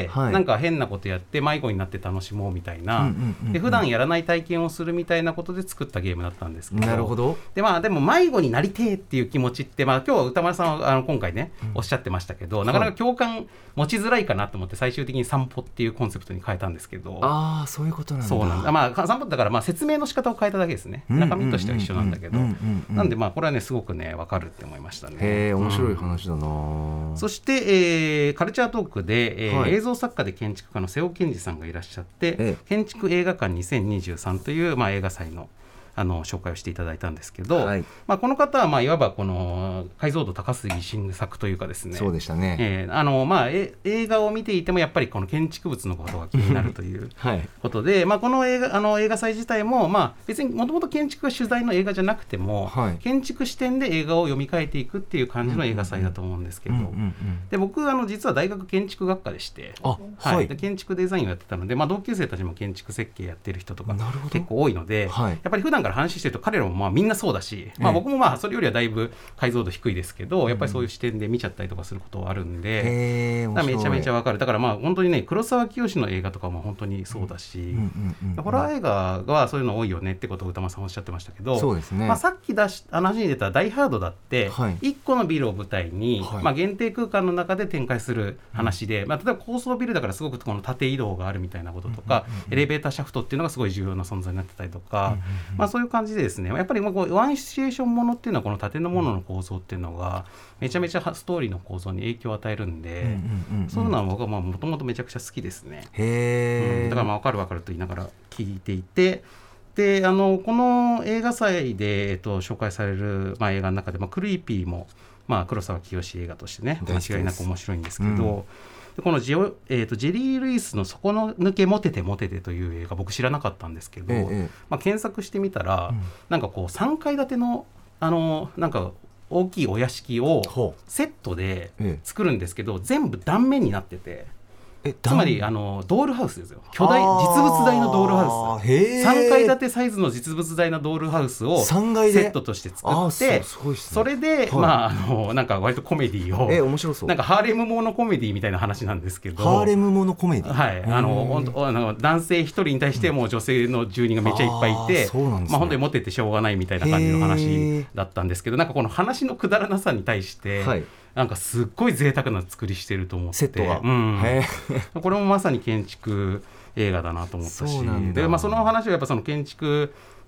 はい、なんか変なことやって迷子になって楽しもうみたいな、うんうんうんうん、で普段やらない体験をするみたいなことで作ったゲームだったんですけど、 なるほど。 で、まあ、でも迷子になりてえっていう気持ちって、まあ、今日は歌丸さんはあの今回ね、うん、おっしゃってましたけど、なかなか共感持ちづらいかなと思って最終的に散歩っていうコンセプトに変えたんですけど。 ああ、そういうことなんだ。 そうなんだ、まあ、散歩だからまあ説明の仕方を変えただけですね、うんうんうんうん、中身としては一緒なんだけど、うんうんうんうん、なんでまあこれはねすごくね分かるって思いましたね。 へえ、面白い話だな、 うん、そして、えー、カルチャートークで、えーはい、映像作家で建築家の瀬尾健二さんがいらっしゃって、ええ、建築映画館にせんにじゅうさんという、まあ、映画祭のあの紹介をしていただいたんですけど、はい、まあ、この方はまあいわばこの解像度高すぎ新作というかですね、 そうでしたね、 えーあのまあ、え映画を見ていてもやっぱりこの建築物のことが気になるということで、はい、まあ、この映画、あの映画祭自体も、まあ、別にもともと建築が主題の映画じゃなくても、はい、建築視点で映画を読み替えていくっていう感じの映画祭だと思うんですけど、で僕あの実は大学建築学科でして、あ、はいはい、で建築デザインをやってたので、まあ、同級生たちも建築設計やってる人とか結構多いので、はい、やっぱり普段から話してると彼らもまあみんなそうだし、まあ、僕もまあそれよりはだいぶ解像度低いですけど、やっぱりそういう視点で見ちゃったりとかすることはあるんで、だからめちゃめちゃわかる。だからまあ本当にね黒沢清の映画とかも本当にそうだし、うんうんうんうん、ホラー映画はそういうの多いよねってことを歌間さんおっしゃってましたけど、そうですね、まあ、さっき出し話に出たダイハードだって、はい、いっこのビルを舞台に、はい、まあ、限定空間の中で展開する話で、うん、まあ、例えば高層ビルだからすごくこの縦移動があるみたいなこととか、うんうんうん、エレベーターシャフトっていうのがすごい重要な存在になってたりとか、うんうんうん、まあ、そういう感じでですね、やっぱりもうこうワンシチュエーションものっていうのはこの建物の構造っていうのがめちゃめちゃストーリーの構造に影響を与えるんで、うんうんうん、そういうのは僕はもともとめちゃくちゃ好きですね。へー、うん、だからまあ分かる分かると言いながら聞いていて、であのこの映画祭で、えっと、紹介される、まあ、映画の中で、まあ、クリーピーも、まあ、黒沢清映画としてね間違いなく面白いんですけど、うん、でこのジェ、えー、とジェリー・ルイスの底の抜けモテてモテてという映画僕知らなかったんですけど、ええ、まあ、検索してみたら、うん、なんかこうさんかい建てのあのなんか大きいお屋敷をセットで作るんですけど、全部断面になってて、えつまりあのドールハウスですよ。巨大実物大のドールハウス、へさんかい建てサイズの実物大のドールハウスをセットとして作って、それで、はい、まあ、あのなんか割とコメディを、え面白そう、なんかハーレムものコメディみたいな話なんですけど、 ハーレムものコメディ、 はい、あのあの男性ひとりに対しても女性の住人がめっちゃいっぱいいて、うん、ね、まあ、本当にモテてしょうがないみたいな感じの話だったんですけど、なんかこの話のくだらなさに対して、はい、なんかすっごい贅沢な作りしてると思って、セットが、うん、へこれもまさに建築映画だなと思ったし、で、まあ、その話はやっぱその建築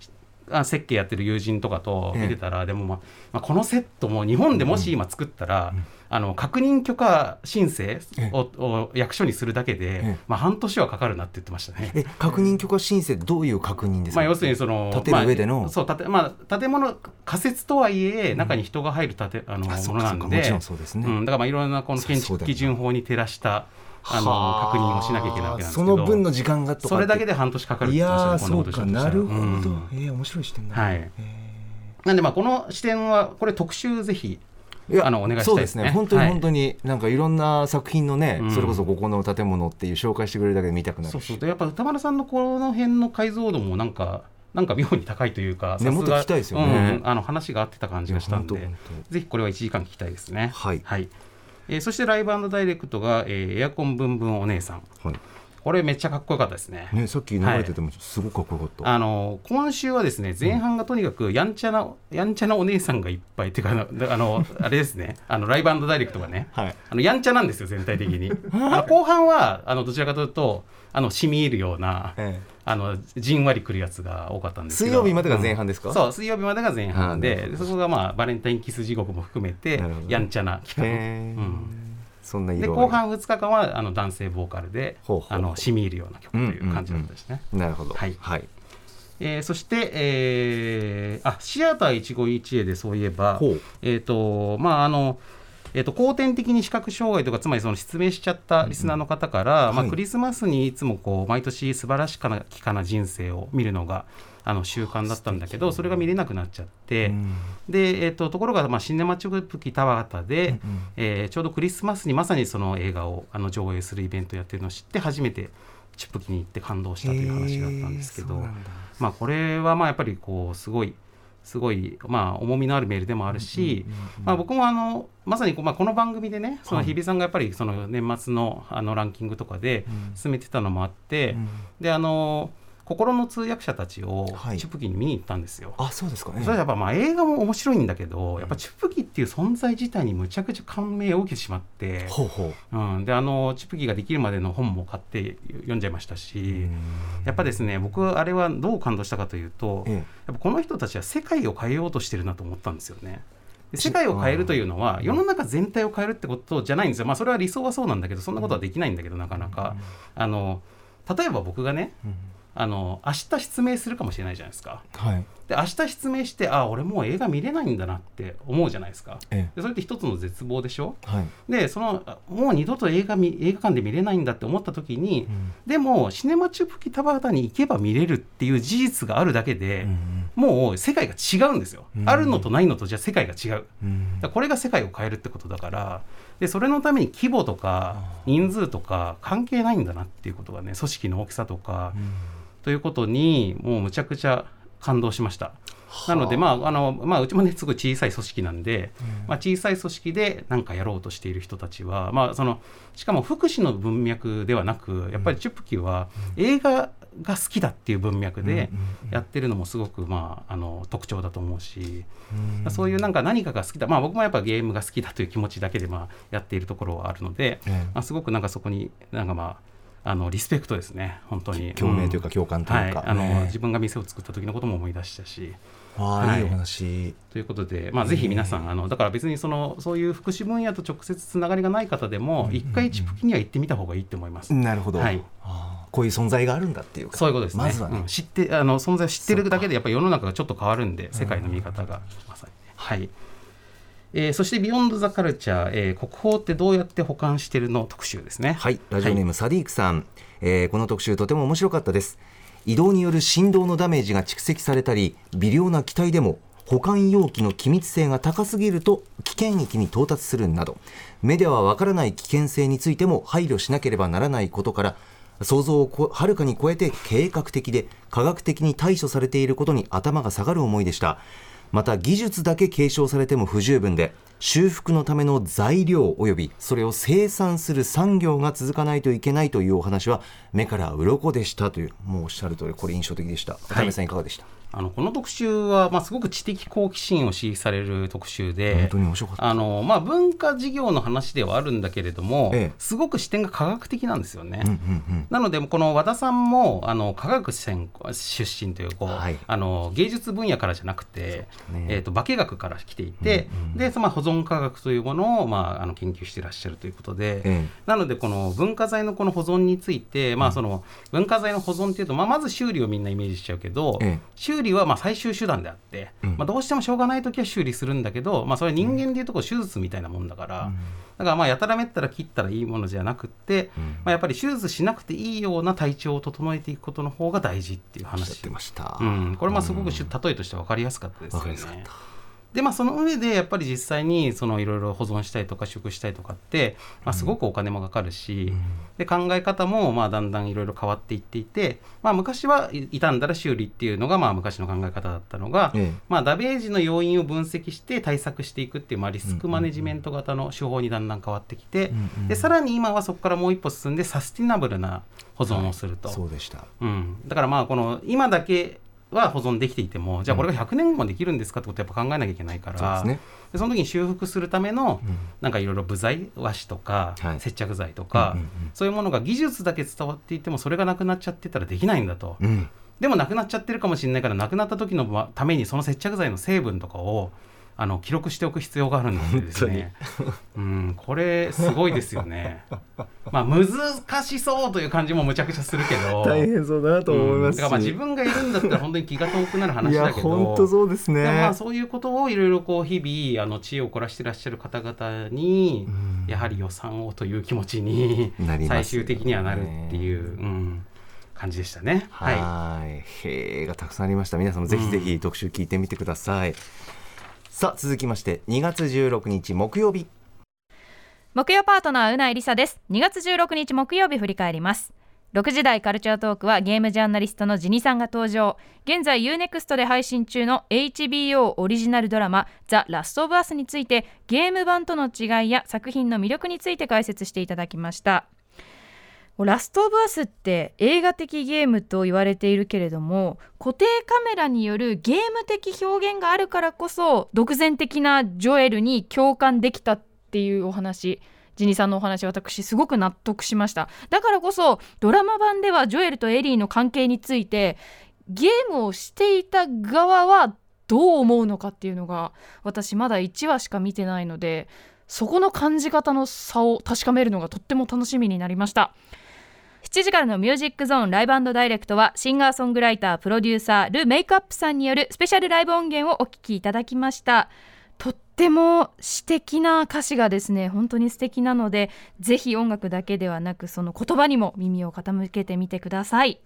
設計やってる友人とかと見てたら、ええ、でも、まあまあ、このセットも日本でもし今作ったら、うん、あの確認許可申請を、ええ、を役所にするだけで、ええ、まあ、半年はかかるなって言ってましたね。 え確認許可申請どういう確認ですか？ まあ、要するにその建てる上での、 まあそう建てまあ、建物仮設とはいえ中に人が入る建て、あの、うん、ものなんで、 もちろんそうですね、 うん、だからまあいろんなこの建築基準法に照らしたあの確認をしなきゃいけないわけなんですけど、 その分の時間がとかそれだけで半年かかるって言ってましたね。 いやー、そうか、なるほど、うん、えー、面白い視点だ、 はい、なんでまあこの視点はこれ特集ぜひいやあのお願いしたいですね。 そうですね、本当に本当に、はい、なんかいろんな作品のね、うん、それこそここの建物っていう紹介してくれるだけで見たくなるし、 そうそうでやっぱ歌丸さんのこの辺の解像度もなんかなんか妙に高いというか、 ね、もっと聞きたいですよね、 うん、あの話が合ってた感じがしたんで、ぜひこれはいちじかん聞きたいですね。 はい、 はい、えー、そしてライブ&ダイレクトが、えー、エアコンブンブンお姉さん、はい、これめっちゃかっこよかったですね。 ね、さっき流れててもすごくかっこよかった、 はい、あの今週はですね、前半がとにかくやんちゃな、やんちゃなお姉さんがいっぱいっていうか、あの、あのあれですね、あのライブ&ダイレクトがね、はい、あのやんちゃなんですよ全体的にあの後半はあのどちらかというとあの染み入るような、ええ、あのじんわりくるやつが多かったんですけど、 水曜日までが前半ですか？ うん、そう、水曜日までが前半で、そこがまあバレンタインキス地獄も含めてやんちゃな企画、うん、 そんな色で後半ふつかかんはあの男性ボーカルでほうほうほう、あの染み入るような曲という感じだったですね。 うんうんうん、なるほど、 はいはい、 えー、そして、えー、あシアター一期一会でそういえば、えーとまああのえー、と後天的に視覚障害とか、つまりその失明しちゃったリスナーの方から、うんうん、まあ、クリスマスにいつもこう毎年素晴らしかなきかな人生を見るのがあの習慣だったんだけど、それが見れなくなっちゃって、うん、で、えー、とところが、まあ、シネマチュプキ田畑で、うんうん、えー、ちょうどクリスマスにまさにその映画をあの上映するイベントをやってるのを知って初めてチュプキに行って感動したという話があったんですけど、まあ、これはまあやっぱりこうすごいすごい、まあ、重みのあるメールでもあるし、まあ、僕もあのまさにこ、まあ、この番組でね、その日比さんがやっぱりその年末 の, あのランキングとかで進めてたのもあって、うん、であの心の通訳者たちをチュプキに見に行ったんでんすよ。 はい、あ、そうですかね。 それはやっぱまあ映画も面白いんだけど、やっぱチュプキっていう存在自体にむちゃくちゃ感銘を受けてしまって、ほうほう、うん、であのチュプキができるまでの本も買って読んじゃいましたし、やっぱですね、僕あれはどう感動したかというと、やっぱこの人たちは世界を変えようとしてるなと思ったんですよね。世界を変えるというのは世の中全体を変えるってことじゃないんですよ。まあそれは理想はそうなんだけど、そんなことはできないんだけど、なかなかあの例えば僕がね、あの明日失明するかもしれないじゃないですか、はい、で明日失明して、あ、俺もう映画見れないんだなって思うじゃないですか、ええ、でそれって一つの絶望でしょ、はい、でそのもう二度と映画、映画館で見れないんだって思った時に、うん、でもシネマチュプキ田畑に行けば見れるっていう事実があるだけで、うん、もう世界が違うんですよ、うん、あるのとないのとじゃ世界が違う、うん、だこれが世界を変えるってことだから、でそれのために規模とか人数とか関係ないんだなっていうことがね、組織の大きさとか、うんということにもうむちゃくちゃ感動しました。なので、まああのまあ、うちもねすごい小さい組織なんで、うん、まあ、小さい組織で何かやろうとしている人たちは、まあ、そのしかも福祉の文脈ではなく、やっぱりチュプキは映画が好きだっていう文脈でやってるのもすごく、まあ、あの特徴だと思うし、うん、そういうなんか何かが好きだ、まあ、僕もやっぱゲームが好きだという気持ちだけでまあやっているところはあるので、うん、まあ、すごくなんかそこになんかまああのリスペクトですね、本当に共鳴というか共感というか、 うん、はい、あのね、自分が店を作った時のことも思い出したし、 あ、はい、いいお話ということで、まあ、ぜひ皆さん、あのだから別にそのそういう福祉分野と直接つながりがない方でも一、うんうん、回チュプキには行ってみた方がいいと思います。 なるほど、 はい、 あ、こういう存在があるんだっていうか、 そういうことですね、 まずはね、 うん、知ってあの存在を知ってるだけでやっぱり世の中がちょっと変わるんで、世界の見方がまさに、はい、えー、そしてビヨンドザカルチャー、えー、国宝ってどうやって保管してるの特集ですね。 はい、ラジオネーム、はい、サディークさん、えー、この特集とても面白かったです。移動による振動のダメージが蓄積されたり、微量な気体でも保管容器の機密性が高すぎると危険域に到達するなど、目ではわからない危険性についても配慮しなければならないことから、想像をはるかに超えて計画的で科学的に対処されていることに頭が下がる思いでした。また技術だけ継承されても不十分で、修復のための材料及びそれを生産する産業が続かないといけないというお話は目から鱗でしたという、もうおっしゃる通りこれ印象的でした。渡辺さんいかがでした？ あのこの特集は、まあ、すごく知的好奇心を刺激される特集で、 本当に面白かった。 あの、まあ、文化事業の話ではあるんだけれども、ええ、すごく視点が科学的なんですよね、うんうんうん、なのでこの和田さんもあの科学出身というこう、はい、あの芸術分野からじゃなくて、ねえー、と化学から来ていて、うんうん、でまあ、保存科学というものを、まあ、あの研究していらっしゃるということで、ええ、なのでこの文化財のこの保存について、まあ、その文化財の保存というと、まあ、まず修理をみんなイメージしちゃうけど、ええ、修理はまあ最終手段であって、うんまあ、どうしてもしょうがないときは修理するんだけど、まあ、それは人間でいうところ手術みたいなもんだから、うん、だからまあやたらめったら切ったらいいものじゃなくて、うんまあ、やっぱり手術しなくていいような体調を整えていくことの方が大事っていう話をおっしゃってました、 うん、これまあすごく例えとして分かりやすかったですよね。でまあ、その上でやっぱり実際にいろいろ保存したりとか修復したりとかって、まあ、すごくお金もかかるし、うん、で考え方もまあだんだんいろいろ変わっていっていて、まあ、昔は傷んだら修理っていうのがまあ昔の考え方だったのが、ええまあ、ダメージの要因を分析して対策していくっていう、まあ、リスクマネジメント型の手法にだんだん変わってきて、うんうん、でさらに今はそこからもう一歩進んでサスティナブルな保存をすると、はい、 そうでした、 うん、だからまあこの今だけは保存できていても、じゃあこれがひゃくねんごもできるんですかってことをやっぱ考えなきゃいけないから、 そうですね、でその時に修復するための、うん、なんかいろいろ部材和紙とか、はい、接着剤とか、うんうんうん、そういうものが技術だけ伝わっていてもそれがなくなっちゃってたらできないんだと、うん、でもなくなっちゃってるかもしれないから、なくなった時のためにその接着剤の成分とかをあの記録しておく必要があるんですね、うん、これすごいですよねまあ難しそうという感じもむちゃくちゃするけど大変そうだなと思いますし、 うん、だからまあ自分がいるんだったら本当に気が遠くなる話だけど、 いや本当そうですね。 でもまあそういうことをいろいろこう日々あの知恵を凝らしていらっしゃる方々に、うん、やはり予算をという気持ちに最終的にはなるっていう、うん、感じでしたね。 はい、はい、へーがたくさんありました。皆さんもぜひぜひ特集聞いてみてください、うん、さあ続きましてにがつじゅうろくにち木曜日、 木曜パートナーうないりさです。にがつじゅうろくにち木曜日振り返ります。ろくじ台カルチャートークはゲームジャーナリストのジニさんが登場。現在 ユーネクスト で配信中の エイチビーオー オリジナルドラマザ・ラストオブアスについて、ゲーム版との違いや作品の魅力について解説していただきました。ラストオブアスって映画的ゲームと言われているけれども、固定カメラによるゲーム的表現があるからこそ独善的なジョエルに共感できたっていうお話、ジニさんのお話、私すごく納得しました。だからこそドラマ版ではジョエルとエリーの関係についてゲームをしていた側はどう思うのかっていうのが、私まだいちわしか見てないので、そこの感じ方の差を確かめるのがとっても楽しみになりました。しちじからのミュージックゾーンライブ&ダイレクトはシンガーソングライタープロデューサールメイクアップさんによるスペシャルライブ音源をお聴きいただきました。とっても詩的な歌詞がですね、本当に素敵なので、ぜひ音楽だけではなくその言葉にも耳を傾けてみてください。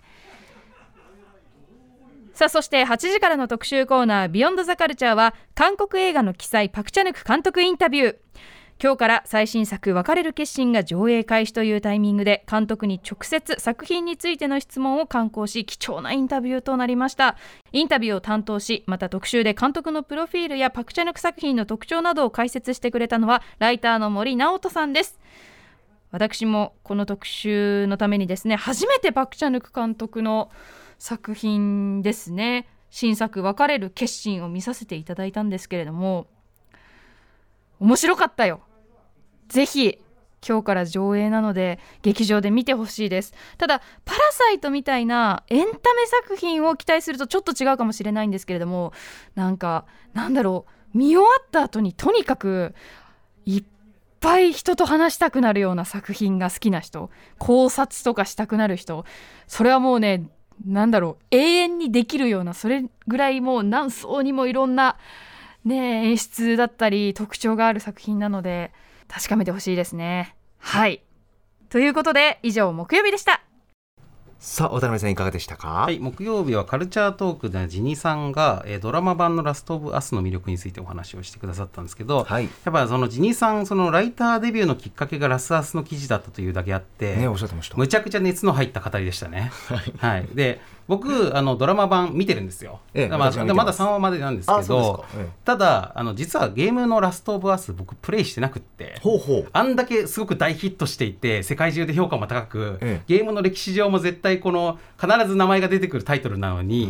さあそしてはちじからの特集コーナービヨンドザカルチャーは韓国映画の鬼才パクチャヌク監督インタビュー。今日から最新作別れる決心が上映開始というタイミングで、監督に直接作品についての質問を敢行し、貴重なインタビューとなりました。インタビューを担当し、また特集で監督のプロフィールやパクチャヌク作品の特徴などを解説してくれたのはライターの森直人さんです。私もこの特集のためにですね、初めてパクチャヌク監督の作品ですね、新作別れる決心を見させていただいたんですけれども、面白かったよ。ぜひ今日から上映なので劇場で見てほしいです。ただパラサイトみたいなエンタメ作品を期待するとちょっと違うかもしれないんですけれども、なんかなんだろう、見終わった後にとにかくいっぱい人と話したくなるような作品が好きな人、考察とかしたくなる人、それはもうね、なんだろう、永遠にできるような、それぐらいもう何層にもいろんなね、演出だったり特徴がある作品なので確かめてほしいですね。はい、ということで以上木曜日でした。 さあ渡辺さんいかがでしたか。 はい、木曜日はカルチャートークでジニさんが、えー、ドラマ版のラストオブアスの魅力についてお話をしてくださったんですけど、はい、やっぱそのジニさん、そのライターデビューのきっかけがラスアスの記事だったというだけあって、 ね、おっしゃってました。 むちゃくちゃ熱の入った語りでしたねはい、はい、で僕あのドラマ版見てるんですよ、ええ、まあ、まださんわまでなんですけど、ええ、ただあの実はゲームのラストオブアス僕プレイしてなくって、ほうほう、あんだけすごく大ヒットしていて世界中で評価も高く、ええ、ゲームの歴史上も絶対この必ず名前が出てくるタイトルなのに、うん、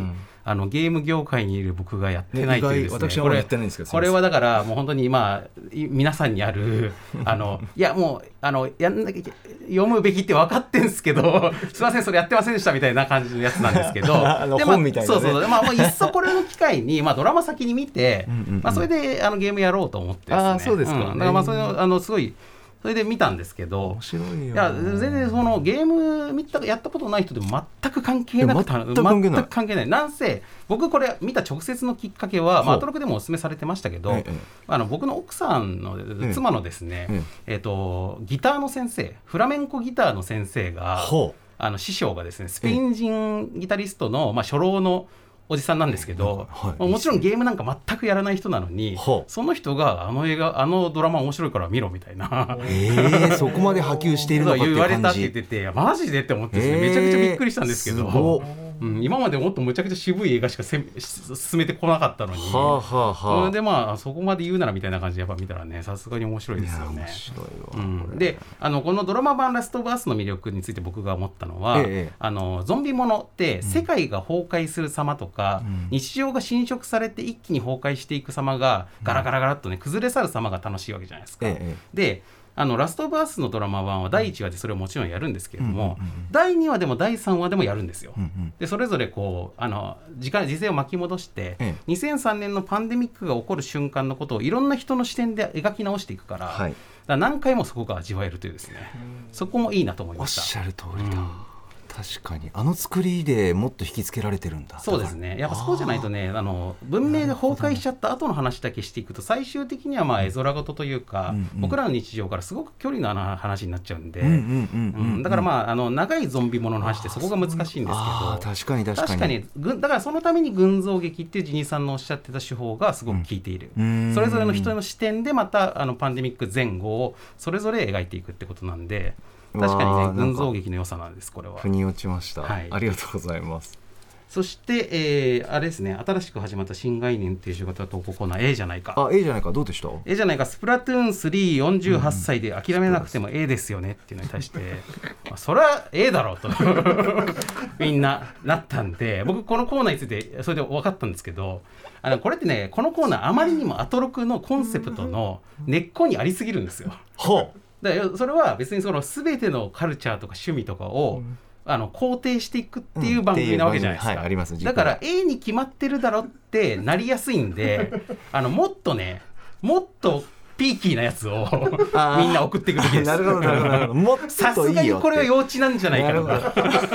あのゲーム業界にいる僕がやってないというですね、 私はやってないんですけど、 これはだからもう本当に今皆さんにあるあのいやもうあのやんなきゃ読むべきって分かってんですけどすいませんそれやってませんでしたみたいな感じのやつなんですけどあので、まあ、 本みたいなね、 そうそう、まあ、もういっそこれの機会に、まあ、ドラマ先に見てうんうん、うんまあ、それであのゲームやろうと思ってですね、 あそうですか、うん、 だからまあそれあのすごいそれで見たんですけど、 面白いよ。 いや全然そのゲーム見たやったことない人でも全く関係なくて、 全く関係ない。 全く関係ない。なんせ僕これ見た直接のきっかけは、まあ、アトロクでもお勧めされてましたけど、ええ、あの僕の奥さんの妻のですね、えええー、とギターの先生、フラメンコギターの先生が、あの師匠がですねスペイン人ギタリストの、まあ、初老のおじさんなんですけど、はい、もちろんゲームなんか全くやらない人なのに、はあ、その人があの映画あのドラマ面白いから見ろみたいな、 えー、そこまで波及しているのかっていう感じ言われたって言っててマジでって思ってですね、えー、めちゃくちゃびっくりしたんですけど、うん、今までもっとむちゃくちゃ渋い映画しかせ進めてこなかったのに、はあはあはあ、それでまあそこまで言うならみたいな感じでやっぱ見たらねさすがに面白いですよね。面白いわ、うん、であのこのドラマ版ラストオブアスの魅力について僕が思ったのは、ええ、あのゾンビものって世界が崩壊する様とか、うん、日常が侵食されて一気に崩壊していく様がガラガラガラっとね崩れ去る様が楽しいわけじゃないですか、ええ、であのラストオブアスのドラマ版はだいいちわでそれをもちろんやるんですけれども、うんうんうん、だいにわでもだいさんわでもやるんですよ、うんうん、でそれぞれこうあの時間時勢を巻き戻して、ええ、にせんさんねんのパンデミックが起こる瞬間のことをいろんな人の視点で描き直していくから、はい、だから何回もそこが味わえるというですね、そこもいいなと思いました。 おっしゃる通りだ、うん、確かにあの作りでもっと引きつけられてるんだ。 そうですね、やっぱそうじゃないとね、あの文明が崩壊しちゃった後の話だけしていくと最終的にはまあ絵空事というか、うんうん、僕らの日常からすごく距離のある話になっちゃうんで、だからまああの長いゾンビものの話ってそこが難しいんですけど、 あ確かに確かに確かにだからそのために群像劇っていうジニーさんのおっしゃってた手法がすごく効いている、うん、それぞれの人の視点でまたあのパンデミック前後をそれぞれ描いていくってことなんで、確かにね群像劇の良さなんです。これは腑に落ちました、はい、ありがとうございます。 そして、えー、あれですね、新しく始まった新概念提唱型投稿コーナー A じゃないか。 あ A じゃないか、どうでした？ A じゃないか、スプラトゥーンスリーよんじゅうはっさいで諦めなくても A ですよねっていうのに対して、まあ、それは A だろうとみんななったんで、僕このコーナーについてそれで分かったんですけど、あのこれってね、このコーナーあまりにもアトロクのコンセプトの根っこにありすぎるんですよ。 ほうだからそれは別にその全てのカルチャーとか趣味とかを、うんあの肯定していくっていう番組なわけじゃないですか、うんはい、あります。だから A に決まってるだろってなりやすいんであのもっとねもっとピーキーなやつをみんな送ってくるべきです。 なるほどなるほどなるほど。もっといいよって。さすがにこれは幼稚なんじゃないかな。な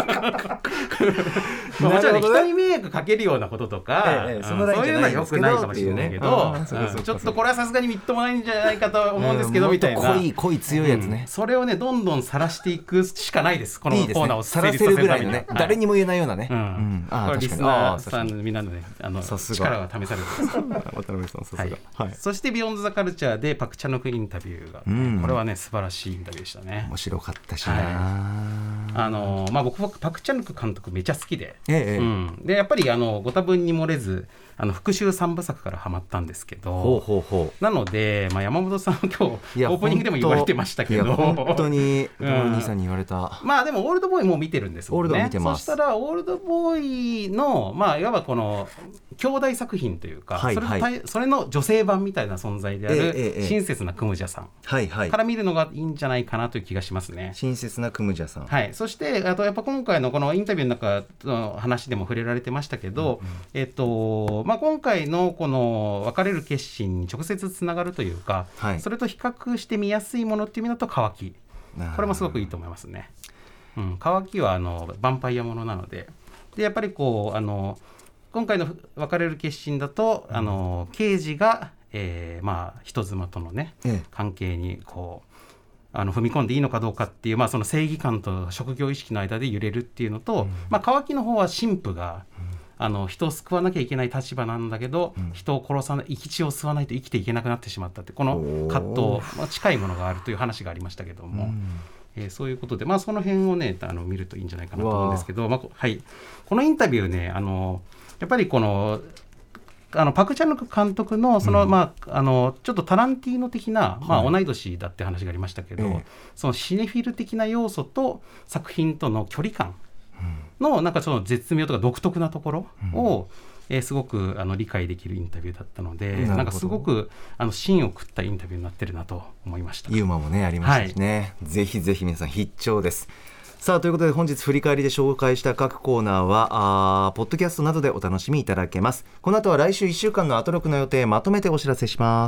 まあ、もちろん、ね、人に迷惑かけるようなこととか、ええうん、そういうのは良くないかもしれないけど、ちょっとこれはさすがにみっともないんじゃないかと思うんですけど、みたいな。 もっと濃い濃い強いやつね、 うん。それをねどんどん晒していくしかないです。このコーナーを晒せるぐらいのね、はい、誰にも言えないようなね。うんうん、 あこれリスナーさんみんなのねあの力が試されてます。 渡辺さんさすが。はいはい、そしてビヨンドザカルチャーでパクチャノクインタビューが、ねうん、これはね素晴らしいインタビューでしたね。 面白かったしな、はいあのまあ、僕パクチャノク監督めちゃ好きで、 ええうん、でやっぱりあのご多分に漏れずあの復讐三部作からハマったんですけど、 ほうほうほうなので、まあ、山本さん今日オープニングでも言われてましたけど、 本当にお兄さんに言われた、うん、 まあでもオールドボーイもう見てるんですもんね。 オールド見てます。 そしたらオールドボーイの、まあ、いわばこの兄弟作品というか、はいはい、それ、それの女性版みたいな存在である、ええ、親切なクムジャさんから見るのがいいんじゃないかなという気がしますね。 親切なクムジャさん、 はい、そしてあとやっぱ今回のこのインタビューの中の話でも触れられてましたけど、うんうんえっとまあ、今回のこの別れる決心に直接つながるというか、はい、それと比較して見やすいものっていう意味だと乾き、これもすごくいいと思いますね。うん、乾きはあのヴァンパイアものなので、でやっぱりこうあの今回の別れる決心だと、うん、あの刑事が、えーまあ、人妻とのね、ええ、関係にこうあの踏み込んでいいのかどうかっていう、まあ、その正義感と職業意識の間で揺れるっていうのと、うんまあ、乾きの方は神父が、うんあの人を救わなきゃいけない立場なんだけど、うん、人を殺さない生き血を吸わないと生きていけなくなってしまったってこの葛藤、まあ、近いものがあるという話がありましたけども、うんえー、そういうことで、まあ、その辺をねあの見るといいんじゃないかなと思うんですけど、まあはい、このインタビューねあのやっぱりこのあのパク・チャヌク監督のその、うんまあ、あのちょっとタランティーノ的な、まあ、同い年だって話がありましたけど、はい、そのシネフィル的な要素と作品との距離感のなんかその絶妙とか独特なところを、うんえー、すごくあの理解できるインタビューだったので、な, なんかすごくあの芯を食ったインタビューになってるなと思いました。 ユーモアもねありましたしね、はい、ぜひぜひ皆さん必聴です。さあということで本日振り返りで紹介した各コーナーはあーポッドキャストなどでお楽しみいただけます。この後は来週いっしゅうかんのアトロクの予定まとめてお知らせします。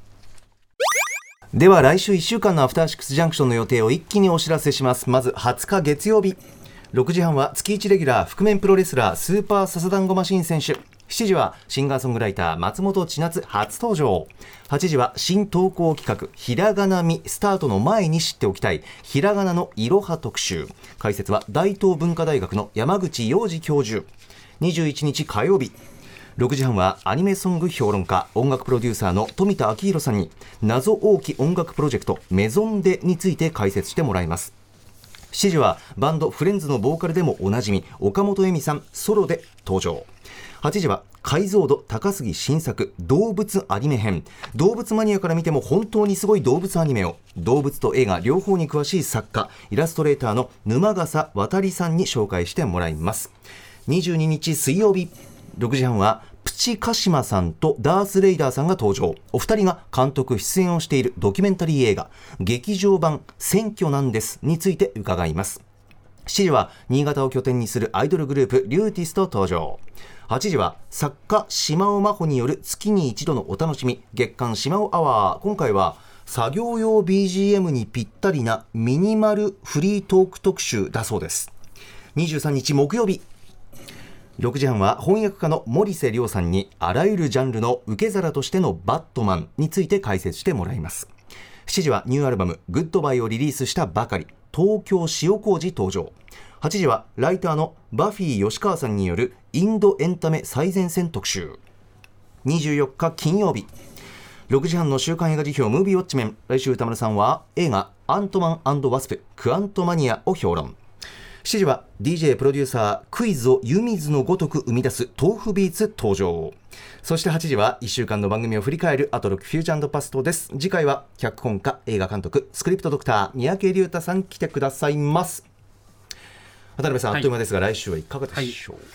では来週いっしゅうかんのアフターシックスジャンクションの予定を一気にお知らせします。まずはつか月曜日ろくじはんは月いちレギュラー覆面プロレスラースーパーササダンゴマシン選手。しちじはシンガーソングライター松本千夏初登場。はちじは新投稿企画ひらがなみスタートの前に知っておきたいひらがなのいろは特集。解説は大東文化大学の山口洋二教授。にじゅういちにち火曜日ろくじはんはアニメソング評論家音楽プロデューサーの富田明宏さんに謎多き音楽プロジェクトメゾンデについて解説してもらいます。しちじはバンドフレンズのボーカルでもおなじみ岡本恵美さんソロで登場。はちじは解像度高すぎ新作動物アニメ編。動物マニアから見ても本当にすごい動物アニメを動物と映画両方に詳しい作家イラストレーターの沼笠渡さんに紹介してもらいます。にじゅうににち水曜日ろくじはんはプチカシマさんとダースレイダーさんが登場。お二人が監督出演をしているドキュメンタリー映画劇場版選挙なんですについて伺います。しちじは新潟を拠点にするアイドルグループリューティスと登場。はちじは作家島尾真帆による月に一度のお楽しみ月刊島尾アワー。今回は作業用 ビージーエム にぴったりなミニマルフリートーク特集だそうです。にじゅうさんにち木曜日ろくじはんは翻訳家の森瀬亮さんにあらゆるジャンルの受け皿としてのバットマンについて解説してもらいます。しちじはニューアルバムグッドバイをリリースしたばかり東京塩麹登場。はちじはライターのバフィー吉川さんによるインドエンタメ最前線特集。にじゅうよっか金曜日ろくじはんの週刊映画辞表ムービーウォッチメン。来週歌丸さんは映画アントマン&ワスプクアントマニアを評論。しちじは ディージェー プロデューサークイズを湯水のごとく生み出す豆腐ビーツ登場。そしてはちじはいっしゅうかんの番組を振り返るアトロックフューチャー&パストです。次回は脚本家映画監督スクリプトドクター三宅龍太さん来てくださいます。渡辺さん、はい、あっという間ですが来週はいかがでしょう。はい、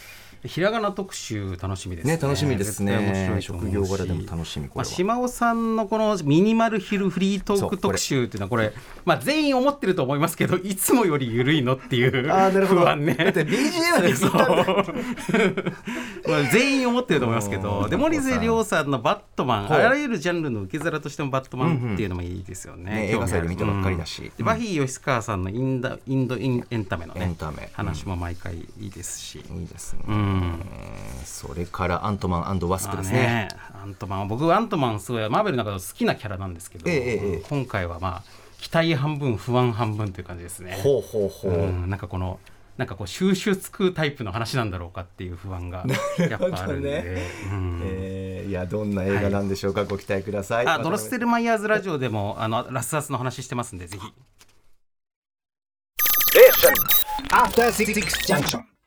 ひらがな特集楽しみですね。 ね楽しみですね。 面白い職業柄でも楽しみ。これは、 まあ、島尾さんのこのミニマルヒルフリートーク特集っていうのはこれ、まあ、全員思ってると思いますけどいつもより緩いのっていうあなるほど不安ね。 だって ビージーエム でそうまあ全員思ってると思いますけどで森瀬亮さんのバットマンあらゆるジャンルの受け皿としてもバットマンっていうのもいいですよね。うんうんね、 映画祭で見たばっかりだし、 うん、でバフィー吉川さんのインダインドインエンタメの、ね、 エンタメ話も毎回いいですし、 うん、いいですね、 うんそれからアントマン&ワスプですね。 ねアントマン僕はアントマンすごいマーベルの中で好きなキャラなんですけど、 ええええ、 今回はまあ期待半分不安半分という感じですね。 ほうほうほう、 うん、なんかこのなんかこう収集つくタイプの話なんだろうかっていう不安がやっぱあるんで、 ねうんえー、いやどんな映画なんでしょうか、はい、ご期待ください。 あドロステルマイヤーズラジオでもあのラスアスの話してますんでぜひ。 After シックス Junction